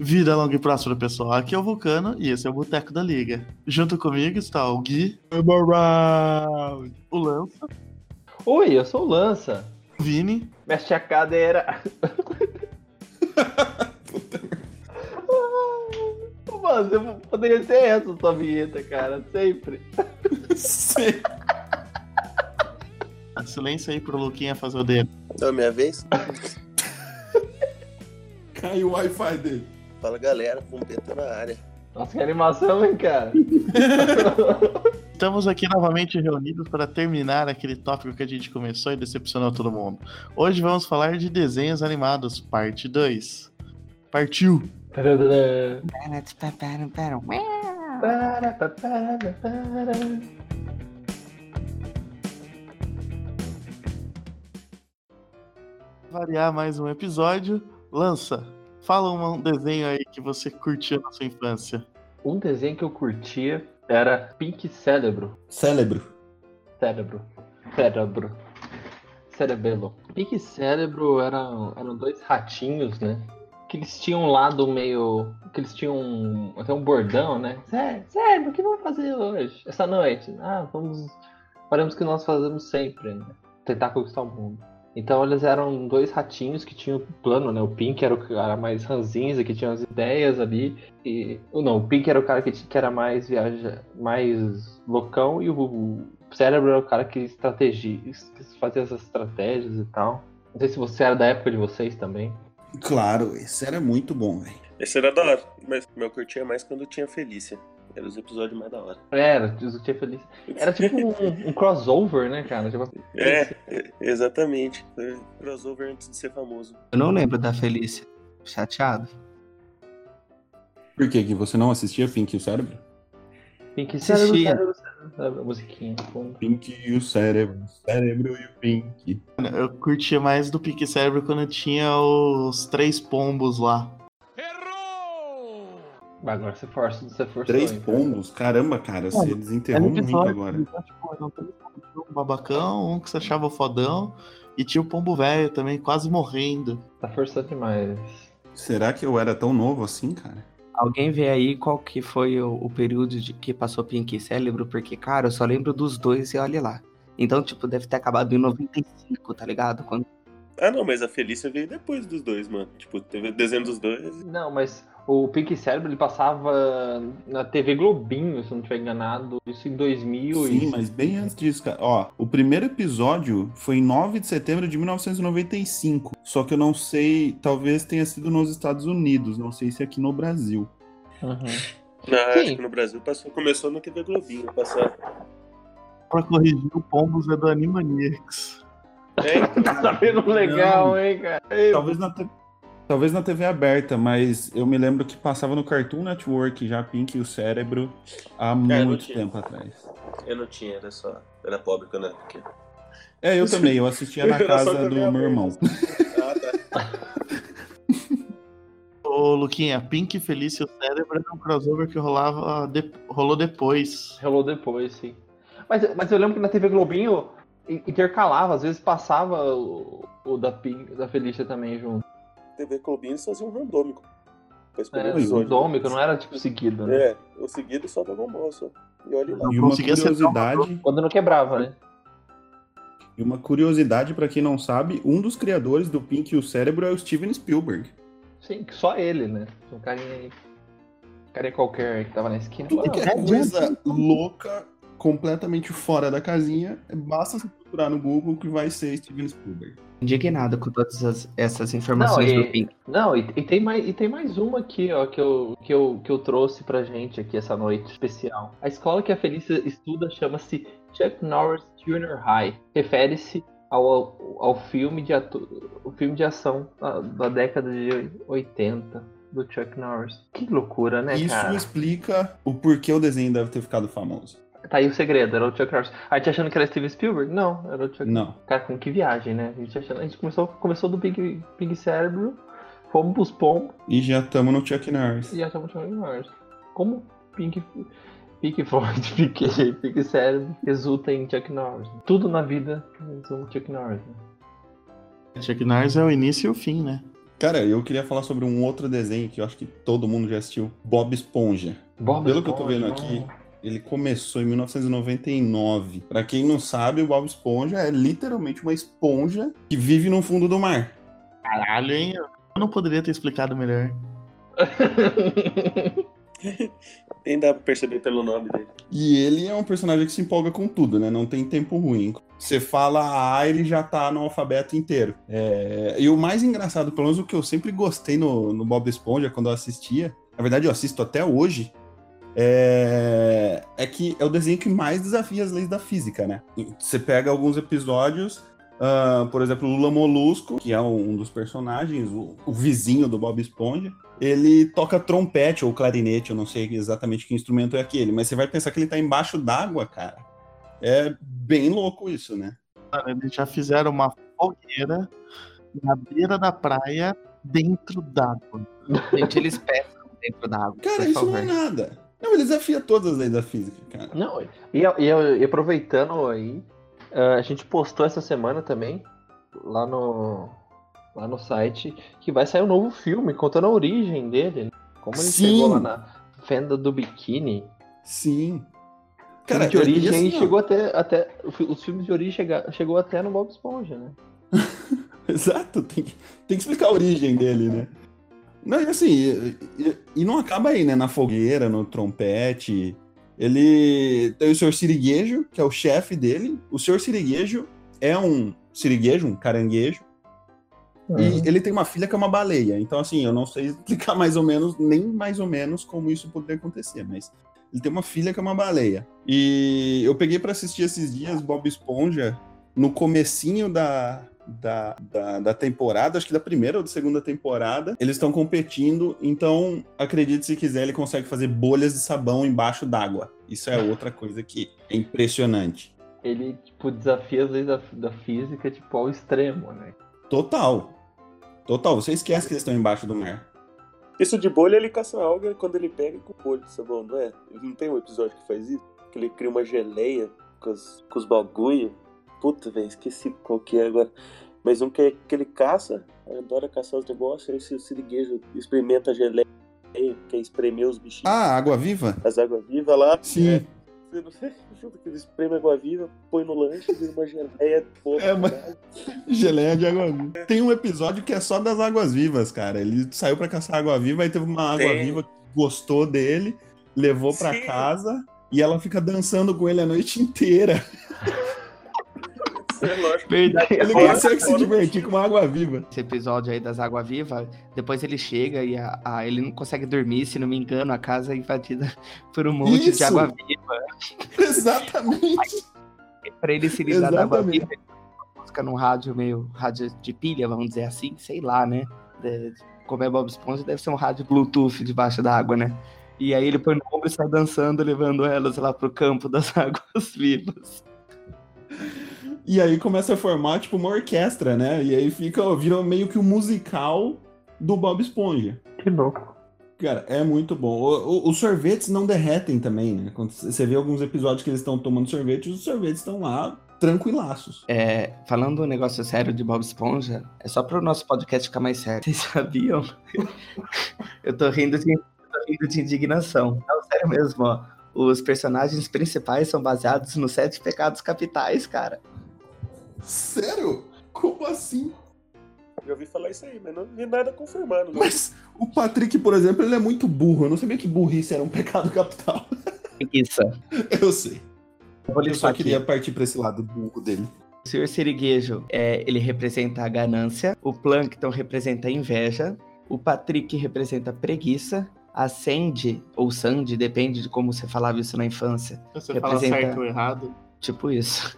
Vida longa e próspera, pessoal. Aqui é o Vulcano e esse é o Boteco da Liga. Junto comigo está o Gui, o Lança, Oi, eu sou o Lança. o Vini, Mexe a cadeira. Mano, você poderia ser essa sua vinheta, cara. Sempre. Sim. Silêncio aí pro Luquinha fazer o dele. É minha vez? Caiu o Wi-Fi dele. Fala galera, Pumpeta na área. Nossa, que animação, hein, cara? Estamos aqui novamente reunidos para terminar aquele tópico que a gente começou e decepcionou todo mundo. Hoje vamos falar de desenhos animados, parte 2. Partiu! Variar mais um episódio. Lança, fala um desenho aí que você curtia na sua infância. Um desenho que eu curtia era Pink Cérebro. Cérebro. Cerebelo. Pink Cérebro eram dois ratinhos, né? Que eles tinham um lado meio... Que eles tinham até um bordão, né? Sério, o que vamos fazer hoje? Essa noite? Faremos o que nós fazemos sempre, né? Tentar conquistar o mundo. Então eles eram dois ratinhos que tinham plano, né? O Pink era o cara mais ranzinza, que tinha as ideias ali. O Pink era o cara que era mais mais loucão, e o Cérebro era o cara que fazia essas estratégias e tal. Não sei se você era da época de vocês também. Claro, esse era muito bom, velho. Esse era da hora, mas meu curtia mais quando tinha Felícia. Era os episódios mais da hora. Era tipo um crossover, né, cara? Tipo... Exatamente. Foi crossover antes de ser famoso. Eu não lembro da Felícia. Chateado. Por quê? Que você não assistia Pink e o Cérebro? Pink Assistia. Cérebro, a musiquinha. Pink e o Cérebro. Cérebro e o Pink. Eu curtia mais do Pink Cérebro quando tinha os 3 pombos lá. Agora você forçou. 3 hein, pombos? Caramba, cara, você desenterrou muito agora. Um babacão, um que você achava fodão, e tinha o pombo velho também, quase morrendo. Tá forçando demais. Será que eu era tão novo assim, cara? Alguém vê aí qual que foi o período de que passou Pink e Cérebro? Porque, cara, eu só lembro dos dois e olha lá. Então, tipo, deve ter acabado em 95, tá ligado? Quando... Ah, não, mas a Felícia veio depois dos dois, mano. Tipo, teve o desenho dos dois. Não, mas o Pink Cérebro ele passava na TV Globinho, se eu não estiver enganado. Isso em 2000. Sim, mas bem antes disso, cara. Ó, o primeiro episódio foi em 9 de setembro de 1995. Só que eu não sei, talvez tenha sido nos Estados Unidos, não sei se aqui no Brasil. Uhum. Não, acho que no Brasil começou na TV Globinho. Pra corrigir, o pombos é do Animaniacs. Tá sabendo legal, hein, cara? Talvez na TV aberta, mas eu me lembro que passava no Cartoon Network já Pink e o Cérebro há muito tempo atrás. Eu não tinha, era pobre quando era pequeno. Eu também, eu assistia na casa do meu irmão. Ah, tá. Ô, Luquinha, Pink, Felícia e o Cérebro era um crossover que rolou depois. Rolou depois, sim. Mas eu lembro que na TV Globinho intercalava, às vezes passava o da Felícia também junto. TV Globinho eles faziam um randômico. Randômico, não era tipo seguido, né? O seguido só Dragon Ball, só. E olha lá. E uma curiosidade... Quando não quebrava, né? E uma curiosidade pra quem não sabe, um dos criadores do Pink e o Cérebro é o Steven Spielberg. Sim, só ele, né? Um carinha qualquer que tava na esquina. Tudo que é coisa louca, completamente fora da casinha, basta se procurar no Google que vai ser Steven Spielberg. Indignado com todas essas informações do Pink. Não, e tem mais uma aqui, ó, que eu trouxe pra gente aqui essa noite especial. A escola que a Felícia estuda chama-se Chuck Norris Junior High. Refere-se ao filme de ação da década de 80 do Chuck Norris. Que loucura, né, cara? Isso explica o porquê o desenho deve ter ficado famoso. Tá aí o segredo, era o Chuck Norris. A gente achando que era Steven Spielberg? Não, era o Chuck Norris. Não. Cara, com que viagem, né? A gente começou do Pink Cérebro, fomos pros pombos. E já estamos no Chuck Norris. E já estamos no Chuck Norris. Como Pink Floyd, Pink Cérebro resulta em Chuck Norris. Tudo na vida resulta em Chuck Norris. Né? Chuck Norris é o início e o fim, né? Cara, eu queria falar sobre um outro desenho que eu acho que todo mundo já assistiu, Bob Esponja. Pelo que eu tô vendo aqui, ele começou em 1999. Pra quem não sabe, o Bob Esponja é literalmente uma esponja que vive no fundo do mar. Caralho, hein? Eu não poderia ter explicado melhor. Nem dá pra perceber pelo nome dele. E ele é um personagem que se empolga com tudo, né? Não tem tempo ruim. Você fala A, ele já tá no alfabeto inteiro. E o mais engraçado, pelo menos o que eu sempre gostei no Bob Esponja, quando eu assistia, na verdade eu assisto até hoje, é que é o desenho que mais desafia as leis da física, né? Você pega alguns episódios, por exemplo, o Lula Molusco, que é um dos personagens, o vizinho do Bob Esponja, ele toca trompete ou clarinete, eu não sei exatamente que instrumento é aquele, mas você vai pensar que ele tá embaixo d'água, cara. É bem louco isso, né? Mano, eles já fizeram uma fogueira na beira da praia, dentro d'água. Gente, eles pescam dentro da água. Cara, por isso favor. não é nada. Não, ele desafia todas as leis da física, cara. Não, e aproveitando aí, a gente postou essa semana também, lá no site, que vai sair um novo filme contando a origem dele, né? Como ele Sim. chegou lá na fenda do biquíni. Sim. Cara, de origem e assim, aí chegou até os filmes de origem chegou até no Bob Esponja, né? Exato, tem que explicar a origem dele, né? Não, e assim, e não acaba aí, né? Na fogueira, no trompete. Ele tem o Sr. Siriguejo, que é o chefe dele. O Sr. Siriguejo é um siriguejo, um caranguejo. E ele tem uma filha que é uma baleia. Então, assim, eu não sei explicar nem mais ou menos como isso poderia acontecer, mas ele tem uma filha que é uma baleia. E eu peguei pra assistir esses dias Bob Esponja no comecinho da temporada, acho que da primeira ou da segunda temporada. Eles estão competindo, então, acredite se quiser, ele consegue fazer bolhas de sabão embaixo d'água. Isso é outra coisa que é impressionante. Ele, tipo, desafia as leis da física, tipo, ao extremo, né? Total. Você esquece que eles estão embaixo do mar. Isso de bolha, ele caça alga quando ele pega com bolha de sabão, não é? Ele não tem um episódio que faz isso? Que ele cria uma geleia com os bagulho. Puta, velho, esqueci qual que é agora. Mas um que ele caça, adora caçar os negócios, aí se o siriguejo experimenta a geleia, quer espremer os bichinhos. Ah, água-viva? As águas-vivas lá. Sim. Você não sei, junto que ele espreme água-viva, põe no lanche, vira uma geleia. Geleia de água-viva. Tem um episódio que é só das águas-vivas, cara. Ele saiu pra caçar água-viva, aí teve uma água-viva que gostou dele, levou pra casa, e ela fica dançando com ele a noite inteira. É lógico. Verdade. Ele consegue se divertir com uma água-viva. Esse episódio aí das águas-vivas, depois ele chega e ele não consegue dormir, se não me engano, a casa é invadida por um monte Isso. de água-viva. Exatamente. Pra ele se livrar da água-viva, ele busca num rádio de pilha, vamos dizer assim, sei lá, né? Como é Bob Esponja, deve ser um rádio Bluetooth debaixo da água, né? E aí ele põe no ombro e sai dançando, levando elas lá pro campo das águas-vivas. E aí começa a formar, tipo, uma orquestra, né? E aí vira meio que um musical do Bob Esponja. Que louco. Cara, é muito bom. Os sorvetes não derretem também, né? Quando você vê alguns episódios que eles estão tomando sorvete, os sorvetes estão lá tranquilaços. Falando um negócio sério de Bob Esponja, é só pro nosso podcast ficar mais sério. Vocês sabiam? Eu tô rindo de indignação. Não, sério mesmo, ó. Os personagens principais são baseados nos 7 pecados capitais, cara. Sério? Como assim? Já ouvi falar isso aí, mas não vi nada confirmado. Não. Mas o Patrick, por exemplo, ele é muito burro. Eu não sabia que burrice era um pecado capital. Isso. Eu sei. Eu só aqui. queria partir pra esse lado burro dele. O Sr. Siriguejo, ele representa a ganância, o Plankton representa a inveja, o Patrick representa a preguiça, a Sandy, ou Sandy, depende de como você falava isso na infância. Você fala certo ou errado? Tipo isso.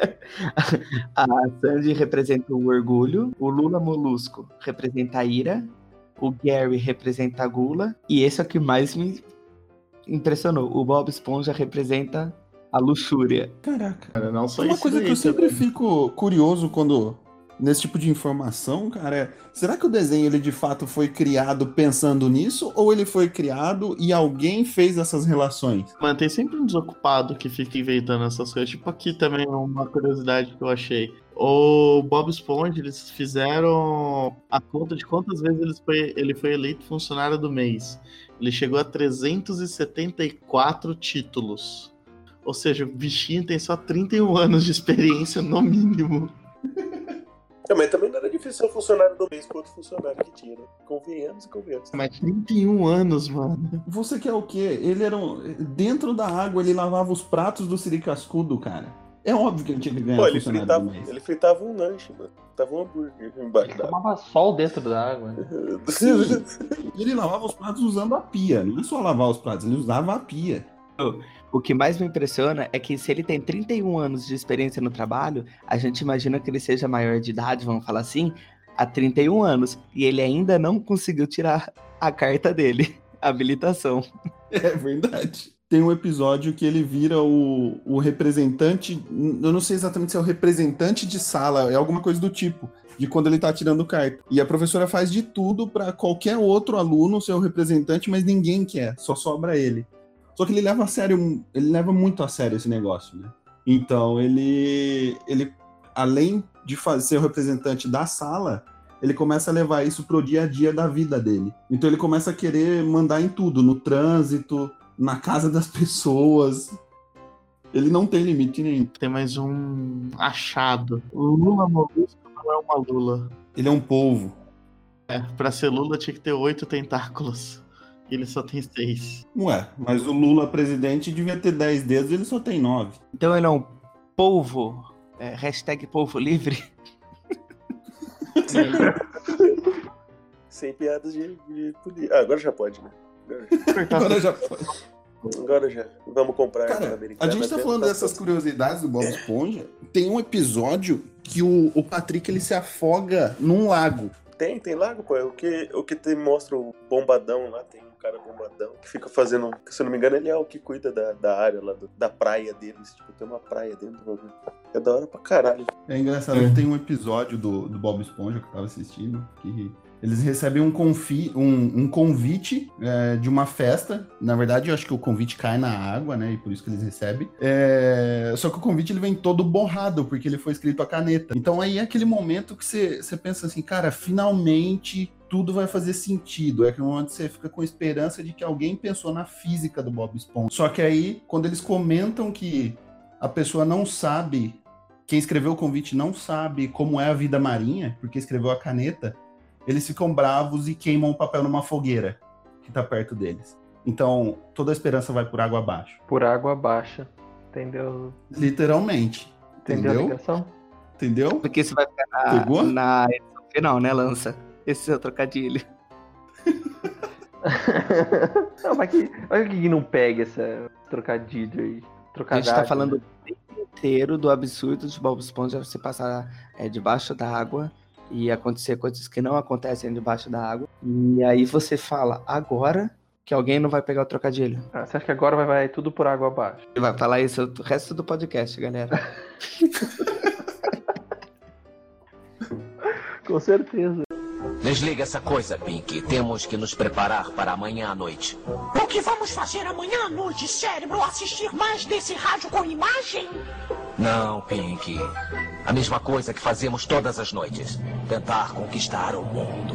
A Sandy representa o orgulho, o Lula Molusco representa a ira, o Gary representa a gula, e esse é o que mais me impressionou. O Bob Esponja representa a luxúria. Caraca. Cara, não só Uma isso coisa aí, que eu sempre também. fico curioso quando nesse tipo de informação, cara, será que o desenho ele de fato foi criado pensando nisso ou ele foi criado e alguém fez essas relações? Mano, tem sempre um desocupado que fica inventando essas coisas. Tipo aqui também uma curiosidade que eu achei. O Bob Esponja, eles fizeram a conta de quantas vezes ele foi eleito funcionário do mês. Ele chegou a 374 títulos. Ou seja, o bichinho tem só 31 anos de experiência, no mínimo. Mas também não era difícil ser um funcionário do mês com outro funcionário que tinha, né? Convenhamos. Mas 31 anos, mano. Você quer o quê? Ele era dentro da água, ele lavava os pratos do Siri Cascudo, cara. É óbvio que ele tinha que ganhar funcionário do mês. Ele fritava um lanche, mano. Tava um hambúrguer embaixo Ele da água. tomava sol dentro da água. Sim. Ele lavava os pratos usando a pia. Não é só lavar os pratos, ele usava a pia. O que mais me impressiona é que se ele tem 31 anos de experiência no trabalho, a gente imagina que ele seja maior de idade, vamos falar assim, há 31 anos. E ele ainda não conseguiu tirar a carta dele, a habilitação. É verdade. Tem um episódio que ele vira o representante, eu não sei exatamente se é o representante de sala, é alguma coisa do tipo, de quando ele tá tirando carta. E a professora faz de tudo pra qualquer outro aluno ser o representante, mas ninguém quer, só sobra ele. Só que ele leva muito a sério esse negócio, né? Então ele além de ser o representante da sala, ele começa a levar isso pro dia a dia da vida dele. Então ele começa a querer mandar em tudo, no trânsito, na casa das pessoas. Ele não tem limite nenhum. Tem mais um achado. O Lula Molusco não é uma lula. Ele é um polvo. Pra ser lula tinha que ter 8 tentáculos. E ele só tem 6. Ué, mas o Lula presidente devia ter 10 dedos e ele só tem 9. Então ele é um polvo, hashtag polvo livre. Sem piadas de polícia. Agora já pode, né? Agora já. Vamos comprar. Cara, a gente tá falando dessas curiosidades do Bob Esponja. Tem um episódio que o Patrick ele se afoga num lago. Tem lago, pô. O que te mostra o bombadão lá, tem um cara bombadão que fica fazendo, se eu não me engano, ele é o que cuida da área lá, da praia deles. Tipo, tem uma praia dentro do bagulho. É da hora pra caralho. É engraçado que tem um episódio do Bob Esponja que eu tava assistindo, que eles recebem um convite de uma festa. Na verdade, eu acho que o convite cai na água, né? E por isso que eles recebem. Só que o convite ele vem todo borrado, porque ele foi escrito a caneta. Então aí é aquele momento que você pensa assim, cara, finalmente tudo vai fazer sentido. É aquele momento que você fica com esperança de que alguém pensou na física do Bob Esponja. Só que aí, quando eles comentam que a pessoa não sabe, quem escreveu o convite não sabe como é a vida marinha, porque escreveu a caneta, eles ficam bravos e queimam o papel numa fogueira que tá perto deles. Então, toda a esperança vai por água abaixo. Por água abaixo. Entendeu? Literalmente. Entendeu a ligação? Entendeu? Porque isso vai ficar na edição final, né, Lança? Esse é o trocadilho. Não, mas olha que não pega esse trocadilho aí. A gente tá falando o tempo inteiro do absurdo de Bob Esponja você passar debaixo da água e acontecer coisas que não acontecem debaixo da água. E aí você fala, agora que alguém não vai pegar o trocadilho. Você acha que agora vai tudo por água abaixo? Ele vai falar isso o resto do podcast, galera. Com certeza. Desliga essa coisa, Pink. Temos que nos preparar para amanhã à noite. O que vamos fazer amanhã à noite, cérebro? Assistir mais desse rádio com imagem? Não, Pink. A mesma coisa que fazemos todas as noites. Tentar conquistar o mundo.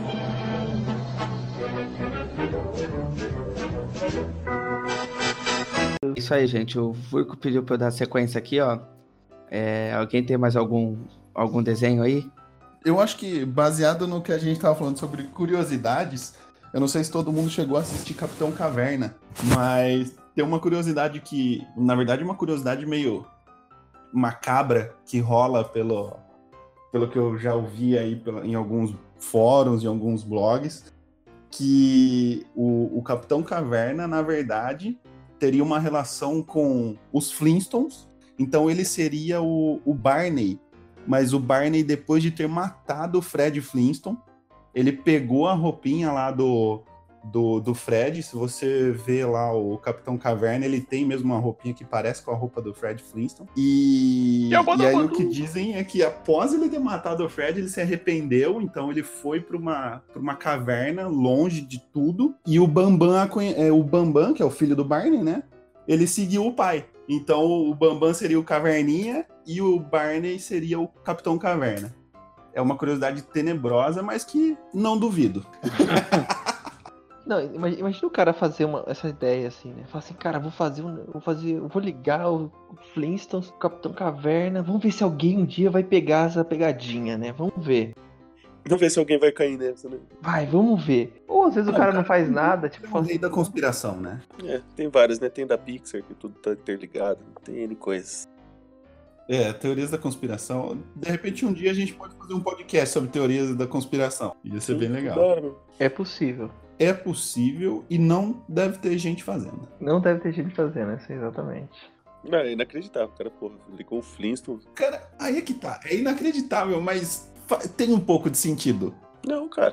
Isso aí, gente. O Vurco pediu pra eu dar sequência aqui, ó. Alguém tem mais algum desenho aí? Eu acho que, baseado no que a gente tava falando sobre curiosidades, eu não sei se todo mundo chegou a assistir Capitão Caverna, mas tem uma curiosidade que, na verdade, é uma curiosidade meio macabra que rola pelo que eu já ouvi aí em alguns fóruns, em alguns blogs, que o Capitão Caverna, na verdade, teria uma relação com os Flintstones, então ele seria o Barney. Mas o Barney, depois de ter matado o Fred Flintstone, ele pegou a roupinha lá do Fred. Se você vê lá o Capitão Caverna, ele tem mesmo uma roupinha que parece com a roupa do Fred Flintstone. E aí o que dizem é que após ele ter matado o Fred, ele se arrependeu, então ele foi para uma caverna, longe de tudo. E o Bambam, que é o filho do Barney, né? ele seguiu o pai. Então o Bambam seria o Caverninha e o Barney seria o Capitão Caverna. É uma curiosidade tenebrosa, mas que não duvido. Não, imagina o cara fazer essa ideia assim, né? Falar assim, cara, eu vou ligar o Flintstones, o Capitão Caverna, vamos ver se alguém um dia vai pegar essa pegadinha, né? Vamos ver. Vamos ver se alguém vai cair nessa, né? Vamos ver. Ou às vezes o cara não faz nada, tipo... É uma lei da conspiração, né? Tem várias, né? Tem da Pixar, que tudo tá interligado. Tem N coisas. Teorias da conspiração. De repente, um dia a gente pode fazer um podcast sobre teorias da conspiração. Ia ser bem legal. Claro. É possível. É possível e não deve ter gente fazendo. Não deve ter gente fazendo, assim, exatamente. Não, é inacreditável, cara, porra. Ligou o Flintstones. Cara, aí é que tá. É inacreditável, mas tem um pouco de sentido. Não, cara.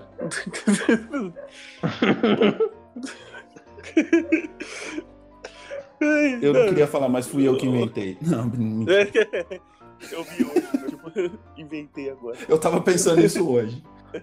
Eu não queria falar, mas fui eu que inventei. Não, mentira. Eu vi hoje, inventei agora. Eu tava pensando nisso hoje.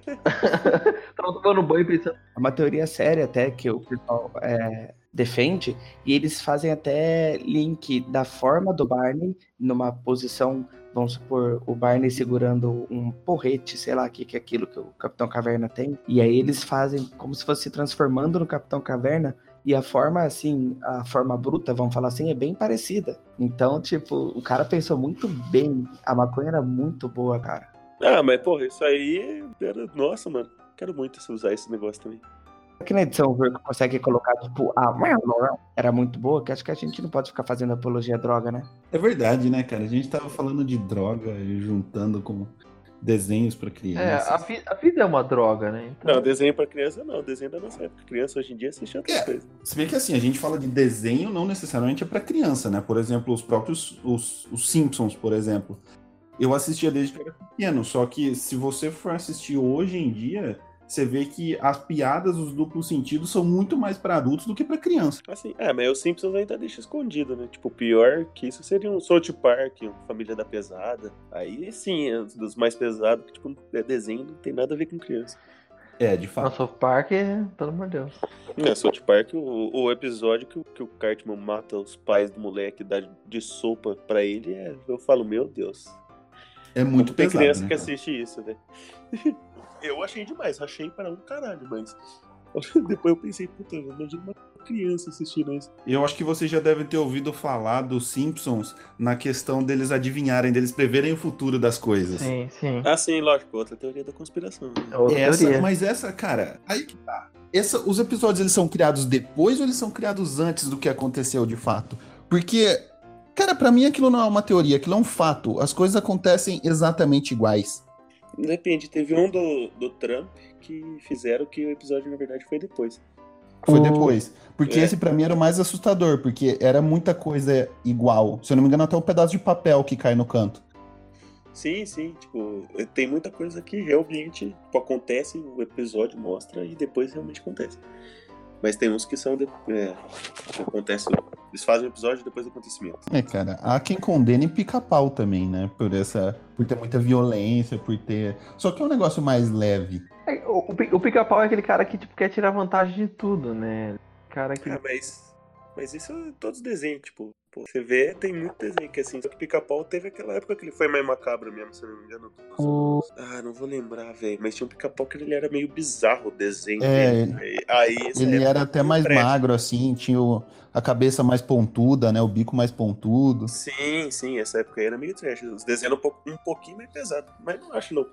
Tava tomando banho pensando. É uma teoria séria até que o pessoal defende, e eles fazem até link da forma do Barney numa posição, vamos supor, o Barney segurando um porrete, sei lá o que é aquilo que o Capitão Caverna tem, e aí eles fazem como se fosse se transformando no Capitão Caverna, e a forma, assim, a forma bruta, vamos falar assim, é bem parecida. Então, tipo, o cara pensou muito bem, a maconha era muito boa, cara. Ah, mas porra, isso aí era... Nossa, mano, quero muito usar esse negócio também. Aqui na edição o Verco consegue colocar, tipo, era muito boa, que acho que a gente não pode ficar fazendo apologia à droga, né? É verdade, né, cara? A gente tava falando de droga e juntando com desenhos pra crianças. A vida é uma droga, né? Então... Não, desenho pra criança não, desenho da nossa época. Criança hoje em dia assiste outras coisas. Se bem que assim, a gente fala de desenho, não necessariamente é pra criança, né? Por exemplo, os próprios os Simpsons, por exemplo. Eu assistia desde que eu era pequeno, só que se você for assistir hoje em dia, você vê que as piadas, os duplos sentidos são muito mais pra adultos do que pra criança. Assim, mas os Simpsons ainda deixa escondido, né? Tipo, pior que isso seria um South Park, uma Família da Pesada. Aí sim, é dos mais pesados, que tipo, é desenho, não tem nada a ver com criança. De fato. South Park, pelo amor de Deus. South Park, o episódio que o Cartman mata os pais do moleque, dá de sopa pra ele, eu falo, meu Deus. É muito como tem pesado, criança né, que cara? assiste isso, né? Eu achei demais, achei para um caralho, mas depois eu pensei, puta, imagina uma criança assistindo isso. Eu acho que vocês já devem ter ouvido falar dos Simpsons na questão deles adivinharem, deles preverem o futuro das coisas. Sim, sim. Ah, sim, lógico, outra teoria da conspiração. Né? Outra teoria. Mas essa, cara, aí que tá. Os episódios, eles são criados depois ou eles são criados antes do que aconteceu de fato? Porque, cara, pra mim aquilo não é uma teoria, aquilo é um fato. As coisas acontecem exatamente iguais. Depende, teve um do Trump que fizeram que o episódio, na verdade, foi depois. Foi depois. Porque esse pra mim era o mais assustador, porque era muita coisa igual. Se eu não me engano, até um pedaço de papel que cai no canto. Sim, tipo, tem muita coisa que realmente tipo, acontece, o episódio mostra e depois realmente acontece. Mas tem uns que são acontece, eles fazem o episódio depois do acontecimento. Cara, há quem condene Pica-Pau também, né? Por ter muita violência, por ter... Só que é um negócio mais leve. O Pica-Pau é aquele cara que tipo, quer tirar vantagem de tudo, né? Cara que... Mas isso é todos os desenhos, tipo, pô, você vê, tem muito desenho que assim, só que Pica-Pau teve aquela época que ele foi mais macabro mesmo, se eu não me engano. Não vou lembrar, velho, mas tinha um Pica-Pau que ele era meio bizarro, o desenho dele. Ele era até mais magro, assim, tinha a cabeça mais pontuda, né, o bico mais pontudo. Sim, essa época aí era meio trash, os desenhos eram um pouquinho mais pesados, mas não acho não.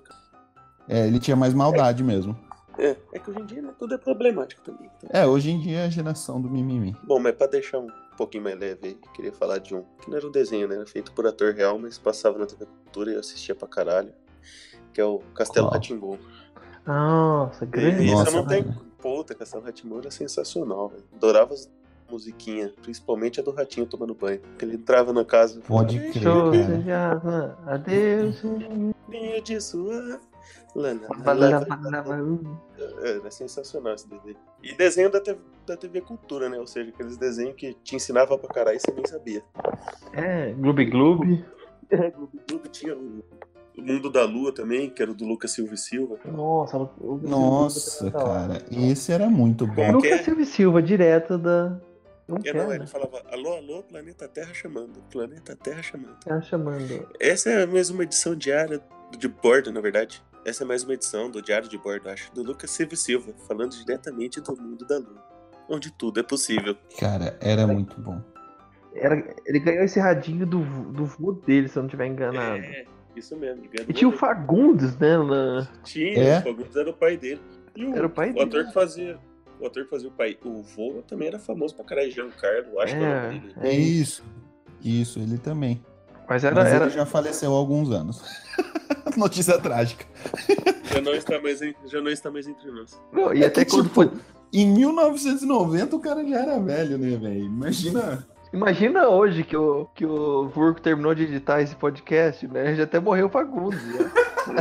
Ele tinha mais maldade mesmo. É que hoje em dia né, tudo é problemático também. Então. Hoje em dia é a geração do mimimi. Bom, mas pra deixar um pouquinho mais leve aí, queria falar de um que não era um desenho, né? Era feito por ator real, mas passava na TV Cultura e eu assistia pra caralho. Que é o Castelo Rá-Tim-Bum. Nossa, grande. Isso não tem... Puta, Castelo Rá-Tim-Bum era sensacional, velho. Adorava as musiquinhas, principalmente a do ratinho tomando banho. Ele entrava na casa... Pode crer, cara. Adeus. Vinha de sua... É sensacional esse desenho. E desenho da TV Cultura, né? Ou seja, aqueles desenhos que te ensinava pra caralho e você nem sabia. Gloob Gloob. Gloob Gloob tinha o Mundo da Lua também, que era o do Lucas Silva e Silva. Nossa, cara, esse era muito bom. Lucas Silva e Silva, direto da Não Não, quer, ele né? falava, alô, alô, planeta Terra chamando. Planeta Terra chamando. Tá chamando. Essa é mais uma edição diária de bordo, na verdade. Essa é mais uma edição do Diário de Bordo, acho, do Lucas Silva, falando diretamente do mundo da Lua, onde tudo é possível. Cara, era muito bom. Ele ganhou esse radinho do vô dele, se eu não estiver enganado. É, isso mesmo. E tinha o Fagundes, né? Tinha, o Fagundes era o pai dele. E Era o pai o ator dele. que fazia o pai, o vô também era famoso pra caralho, Giancarlo, acho que era o nome dele. É Isso, ele também. Mas Mas ele já faleceu há alguns anos. Notícia trágica. Já não está mais entre nós. Não, e até quando foi. Em 1990 o cara já era velho, né, velho? Imagina hoje que o Vurco terminou de editar esse podcast, né? Já até morreu o Fagundes. Né?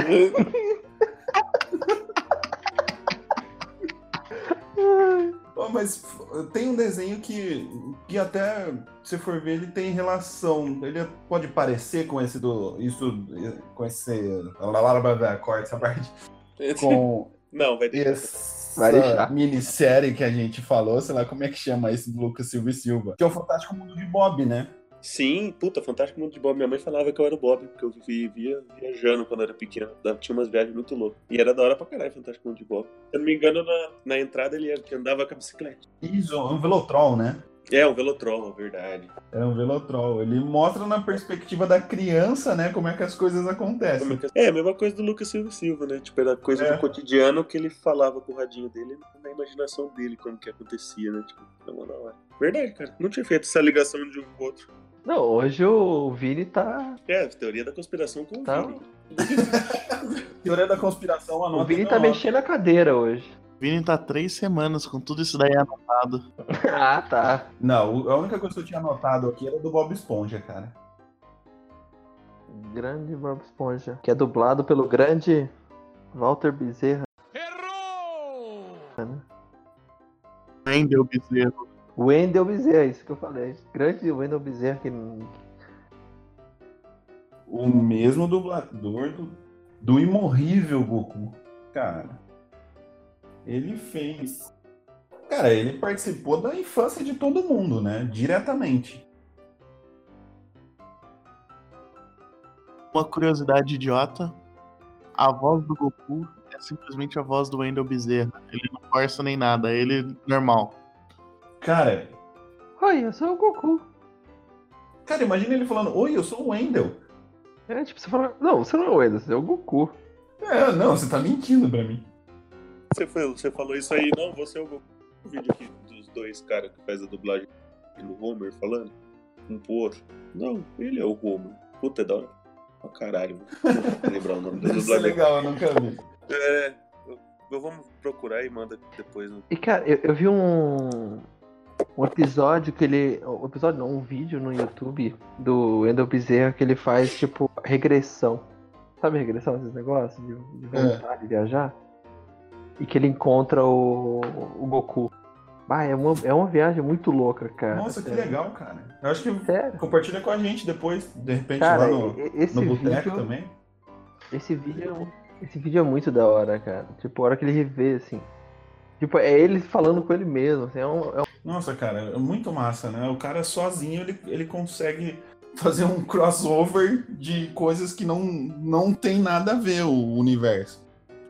Oh, mas tem um desenho que até, se for ver, ele tem relação. Ele pode parecer com esse com esse... Corta essa parte. Com Não, vai deixar. Vai deixar. Essa minissérie que a gente falou, sei lá como é que chama esse do Lucas Silva. Que é o Fantástico Mundo de Bob, né? Sim, puta, Fantástico Mundo de Bob. Minha mãe falava que eu era o Bob, porque eu vivia viajando quando eu era pequeno. Tinha umas viagens muito loucas. E era da hora pra caralho, Fantástico Mundo de Bob. Se eu não me engano, na entrada ele andava com a bicicleta. Isso, é um Velotrol, né? É, um Velotrol, verdade. É um Velotrol. Ele mostra na perspectiva da criança, né, como é que as coisas acontecem. É, a mesma coisa do Lucas Silva, né? Tipo, era coisa do cotidiano que ele falava com o radinho dele, na imaginação dele, como que acontecia, né? Tipo, na hora. Verdade, cara. Não tinha feito essa ligação de um com o outro. Não, hoje o Vini tá. É, teoria da conspiração com o Tá. Vini. Teoria da conspiração, O Vini tá mexendo a cadeira hoje. Vini tá 3 semanas com tudo isso daí anotado. Ah, tá. Não, a única coisa que eu tinha anotado aqui era do Bob Esponja, cara. Grande Bob Esponja. Que é dublado pelo grande Walter Bezerra. Wendel Bezerro. Wendel Bezerra, isso que eu falei. Grande Wendel Bezerra que. O mesmo dublador do imorrível Goku. Cara, ele fez... Cara, ele participou da infância de todo mundo, né? Diretamente. Uma curiosidade idiota: a voz do Goku é simplesmente a voz do Wendel Bezerra. Ele não força nem nada, é ele normal. Cara, Oi, eu sou o Goku. imagina ele falando, oi, eu sou o Wendel. É tipo, você fala. Não, você não é o Wendel, você é o Goku. É, não, você tá mentindo pra mim. Você falou isso aí, não, você é o Goku. O vídeo aqui dos dois caras que faz a dublagem do Homer falando um pro outro. Não, ele é o Homer. Puta, é da hora. Pra caralho, mano. Vou lembrar o nome do Deve ser dublador. legal, eu nunca vi. É, vamos procurar e manda depois. Né? E cara, eu vi um episódio que ele. Um episódio não, um vídeo no YouTube do Wendel Bezerra que ele faz, tipo, regressão. Sabe regressão, esses negócios? De voltar, de viajar? E que ele encontra o Goku. Ah, é uma viagem muito louca, cara. Nossa, que sério. legal, cara. Eu acho que Sério. compartilha com a gente depois, de repente, Cara, lá no boteco também. Esse vídeo é muito da hora, cara. Tipo, a hora que ele revê, assim. Tipo, é ele falando com ele mesmo. Assim, Nossa, cara, é muito massa, né? O cara sozinho, ele consegue fazer um crossover de coisas que não tem nada a ver o universo.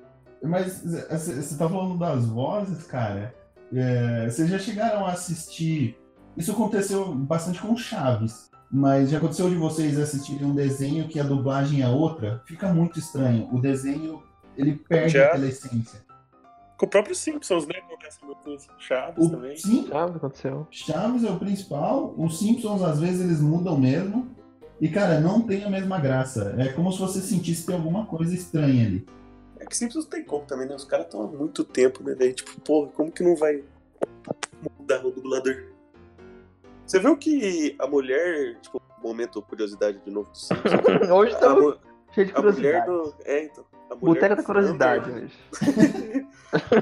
Mas você tá falando das vozes, cara. Vocês já chegaram a assistir... Isso aconteceu bastante com Chaves. Mas já aconteceu de vocês assistirem um desenho que a dublagem é outra? Fica muito estranho. O desenho, ele perde aquela essência. Com o próprio Simpsons, né? Acontece muito com Chaves também. Sim, aconteceu. Chaves é o principal. Os Simpsons, às vezes, eles mudam mesmo. E, cara, não tem a mesma graça. É como se você sentisse que tem alguma coisa estranha ali. É que Simpsons tem como também, né? Os caras estão há muito tempo, né, velho? Tipo, porra, como que não vai mudar o dublador? Você viu que a mulher, tipo, momento curiosidade de novo do Simpsons. Hoje tá cheio de a mulher curiosidade. do... então. A mulher Boteca da do curiosidade, Flanders- bicho.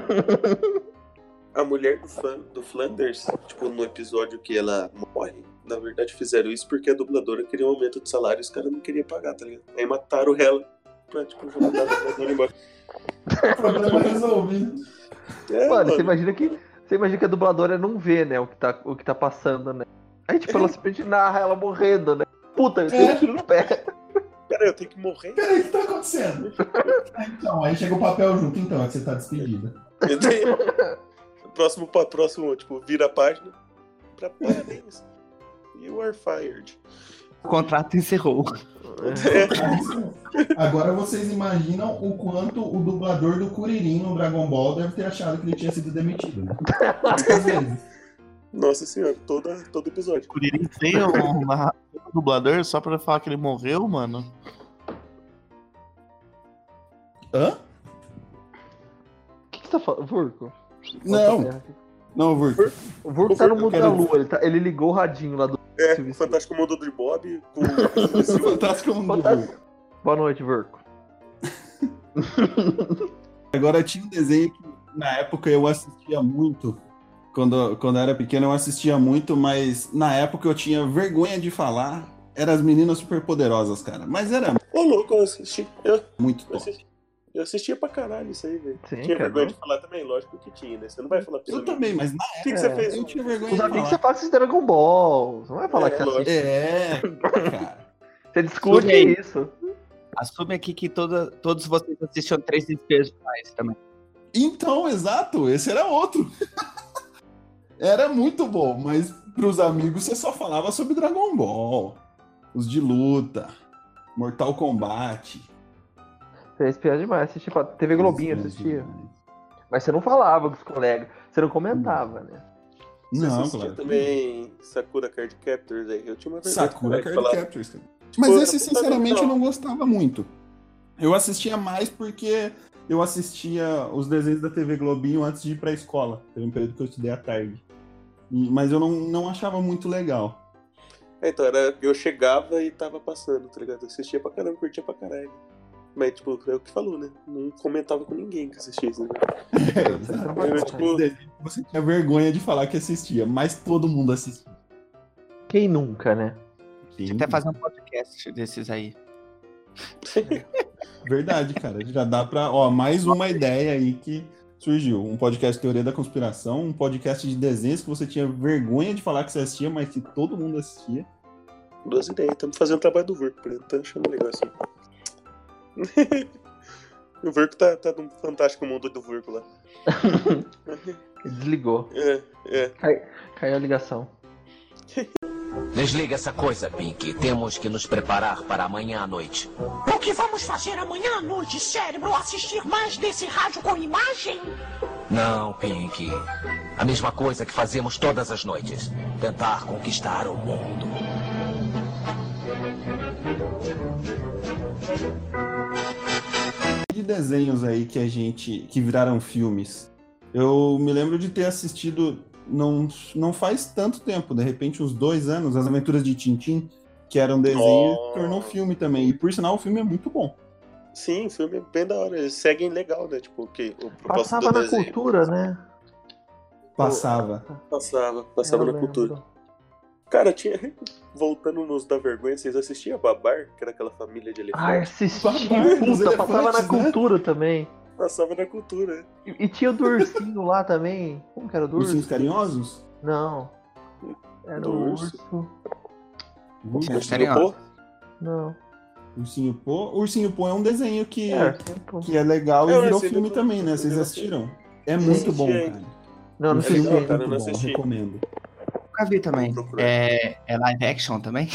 A mulher do Flanders, tipo, no episódio que ela morre, na verdade fizeram isso porque a dubladora queria um aumento de salário e os caras não queriam pagar, tá ligado? Aí mataram ela pra, tipo, jogar a dubladora embora. Problema resolvido. Mano, você imagina que Você imagina que a dubladora não vê, né, o que tá passando, né? Aí, tipo, ela simplesmente narra ela morrendo, né? Puta, eu tenho um tiro no pé. Peraí, eu tenho que morrer? Peraí, o que tá acontecendo? Então, aí chega o papel junto, então, é que você tá despedida. Próximo, tipo, vira a página. Parabéns. You are fired. O contrato encerrou. Agora vocês imaginam o quanto o dublador do Kuririn no Dragon Ball deve ter achado que ele tinha sido demitido, né? Quantas vezes? Nossa senhora, todo episódio. O Kuririn tem um dublador só pra falar que ele morreu, mano. Hã? O que você tá falando? Vurco? Não, Vurco. O Vurco tá no mundo da lua, ele ligou o radinho lá do... O Fantástico Mundo do Bob com O Fantástico Mundo do Vurco. Boa noite, Vurco. Agora tinha um desenho que na época eu assistia muito. Quando eu era pequeno eu assistia muito, mas na época eu tinha vergonha de falar. Era As Meninas Superpoderosas, cara. Mas era Ô, louco, eu assisti. muito top. Eu assistia pra caralho isso aí, velho. Sim, Tinha cara. vergonha de falar também, lógico que tinha, né? Você não vai falar pra Eu também, mas na O que você fez? eu tinha vergonha Os de amigos você falar. fala que você tem Dragon Ball. Você não vai falar que você lógico. assiste. Cara. Você discute Assume. isso. Assume aqui que todos vocês assistiam 3 Espelhos Demais também. Então, exato, esse era outro. Era muito bom, mas pros amigos você só falava sobre Dragon Ball. Os de luta, Mortal Kombat. Você é espiã demais. Assistia pra TV Globinho, assistia. Mas você não falava com os colegas. Você não comentava, né? Você Não, assistia claro. também Sakura Card Captors aí. Eu tinha uma vergonha Sakura de Card falar. Captors. Cara. Mas Tipo, esse, eu- sinceramente, eu não gostava muito. Eu assistia mais porque eu assistia os desenhos da TV Globinho antes de ir pra escola. Teve um período que eu estudei à tarde. Mas eu não achava muito legal. Então, eu chegava e tava passando, tá ligado? Eu assistia pra caramba, curtia pra caralho. Mas, tipo, é o que falou, né? Não comentava com ninguém que assistisse, né? Eu, tipo, Você tinha vergonha de falar que assistia, mas todo mundo assistia. Quem nunca, né? Deixa eu até fazer um podcast desses aí. Verdade, cara. Já dá pra... Ó, mais uma ideia aí que surgiu. Um podcast de Teoria da Conspiração, um podcast de desenhos que você tinha vergonha de falar que você assistia, mas que todo mundo assistia. 2 ideias. Estamos fazendo o trabalho do Vurco, por exemplo. Tá achando legal assim. O Vurco tá num fantástico mundo do Vurco lá. Desligou. É. Caiu a ligação. Desliga essa coisa, Pink. Temos que nos preparar para amanhã à noite. O que vamos fazer amanhã à noite, cérebro? Assistir mais desse rádio com imagem? Não, Pink. A mesma coisa que fazemos todas as noites. Tentar conquistar o mundo. De desenhos aí que viraram filmes. Eu me lembro de ter assistido, não faz tanto tempo, de repente uns 2 anos, As Aventuras de Tintin, que era um desenho e tornou filme também. E por sinal o filme é muito bom. Sim, o filme é bem da hora. Eles seguem legal, né? Tipo, o propósito Passava do na desenho. cultura, né? Passava. Passava na cultura. Cara, tinha. Voltando nos da vergonha, vocês assistiam Babar, que era aquela família de Ah, elefantes? assistia. Babar dos Puta, passava na elefantes, né? cultura também. Passava na cultura. E tinha o do ursinho lá também. Como que era o do Ursinhos urso? Carinhosos? Não. Era Do o urso. urso. Ursinho Pô? Não. Ursinho Pô. Ursinho Pô é um desenho que Ursinho, é legal e Eu virou assisti, filme eu também, né? Vocês eu assistiram? É Não muito assisti bom, ainda. cara. Não, não O filme assisti. é cara, muito não bom, assisti. recomendo. Nunca vi também. Vou procurar. É live action também?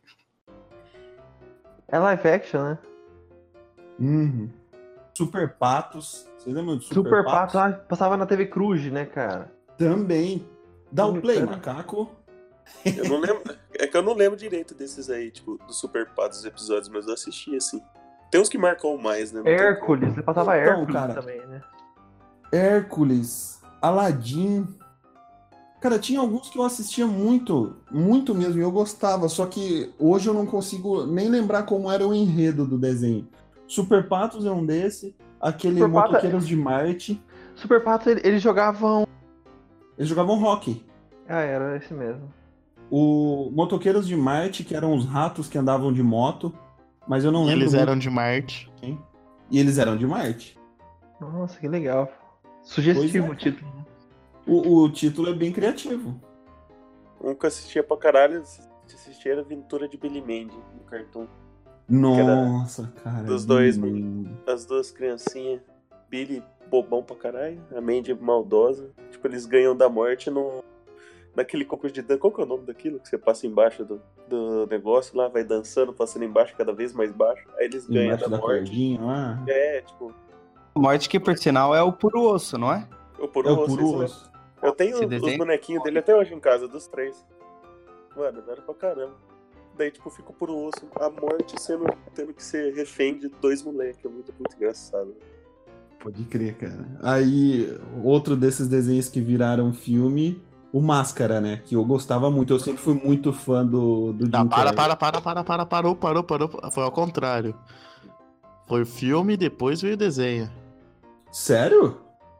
É live action, né? Uhum. Super Patos. Vocês lembram de Super Pato. Passava na TV Cruz, né, cara? Também. Dá o play, Cara. macaco. Eu não lembro. É que eu não lembro direito desses aí, tipo, do Super Patos, dos episódios, mas eu assisti assim. Tem uns que marcam mais, né? Não tem Hércules. Você passava Então, Hércules cara. também, né? Hércules, Aladdin. Cara, tinha alguns que eu assistia muito, muito mesmo, e eu gostava, só que hoje eu não consigo nem lembrar como era o enredo do desenho. Super Patos é um desse, aquele Super Pato- Motoqueiros de Marte, Super Pato, eles jogavam... eles jogavam rock. Ah, era esse mesmo. O Motoqueiros de Marte, que eram os ratos que andavam de moto, mas eu não lembro Eles muito eram de Marte. quem. E eles eram de Marte. Nossa, que legal. Sugestivo Pois é, o título. O título é bem criativo. Um que eu assistia pra caralho, assistia era Aventura de Billy Mandy, no cartoon. Nossa, cara. Dos dois, as duas criancinhas. Billy bobão pra caralho, a Mandy maldosa. Tipo, eles ganham da morte naquele concurso de dança. Qual que é o nome daquilo? Que você passa embaixo do negócio lá, vai dançando, passando embaixo, cada vez mais baixo. Aí eles ganham da morte. Cordinha lá. Tipo... Morte que, por sinal, é o puro osso, não é? O puro osso. Eu tenho os bonequinhos dele até hoje em casa, dos 3. Mano, era pra caramba. Daí, tipo, fica o puro osso. A morte tendo que ser refém de 2 moleques. É muito engraçado. Pode crer, cara. Aí, outro desses desenhos que viraram filme, o Máscara, né? Que eu gostava muito. Eu sempre fui muito fã do Jim Carrey. Parou. Foi ao contrário. Foi o filme e depois veio o desenho. Sério?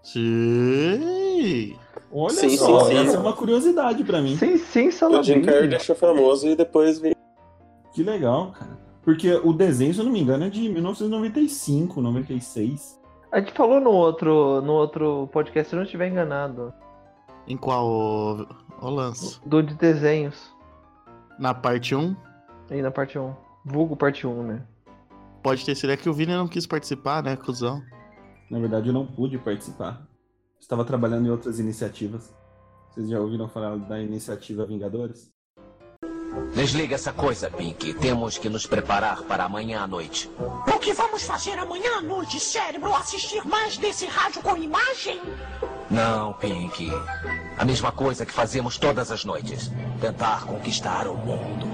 Sim. Olha sim, só, sim. Essa é uma curiosidade pra mim. Sim, O Jim Carrey deixou famoso e depois veio. Que legal, cara. Porque o desenho, se eu não me engano, é de 1995, 96. A gente falou no outro podcast, se eu não estiver enganado. Em qual o lance? Do de desenhos. Na parte 1? Aí na parte 1. Vulgo parte 1, né? Pode ter sido é que o Vini não quis participar, né, cuzão? Na verdade, eu não pude participar. Estava trabalhando em outras iniciativas. Vocês já ouviram falar da iniciativa Vingadores? Desliga essa coisa, Pink. Temos que nos preparar para amanhã à noite. O que vamos fazer amanhã à noite, cérebro? Assistir mais desse rádio com imagem? Não, Pink. A mesma coisa que fazemos todas as noites. Tentar conquistar o mundo.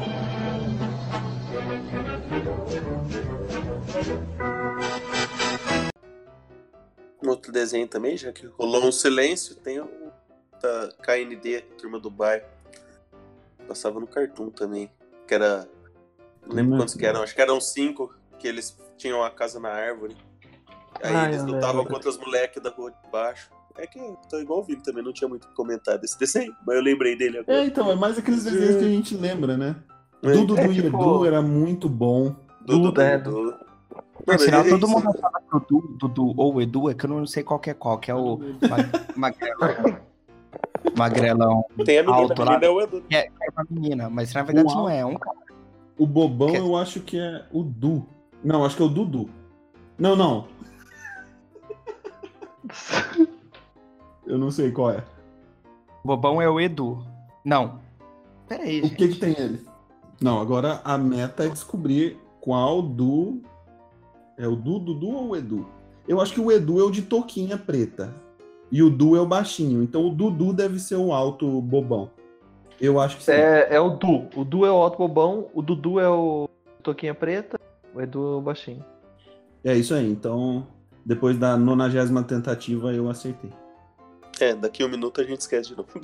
Outro desenho também, já que rolou um silêncio, tem o da KND, Turma do Bairro. Passava no Cartoon também. Que era... Não lembro quantos que eram. Acho que eram 5 que eles tinham a casa na árvore. Aí eles lutavam contra os moleques da rua de baixo. É que eu tô igual o Vini também, não tinha muito o que comentar desse desenho, mas eu lembrei dele agora. Então, é mais aqueles desenhos que a gente lembra, né? Dudu e Edu era muito bom. Dudu. Por sinal, todo mundo fala Dudu ou Edu, é que eu não sei qual, que é o magrelão. Tem a menina, alto lá. É o Edu. É uma menina, mas na verdade não é um cara. O bobão eu acho que é o Du. Não, acho que é o Dudu. Não. Eu não sei qual é. O bobão é o Edu. Não. Peraí, gente. O que tem ele? Não, agora a meta é descobrir qual Du... É o Dudu ou o Edu? Eu acho que o Edu é o de touquinha preta. E o Du é o baixinho. Então o Dudu deve ser o alto bobão. Eu acho que sim. É o Du. O Du é o alto bobão, o Dudu é o touquinha preta, o Edu é o baixinho. É isso aí. Então, depois da 90ª tentativa, eu acertei. Daqui 1 minuto a gente esquece de novo.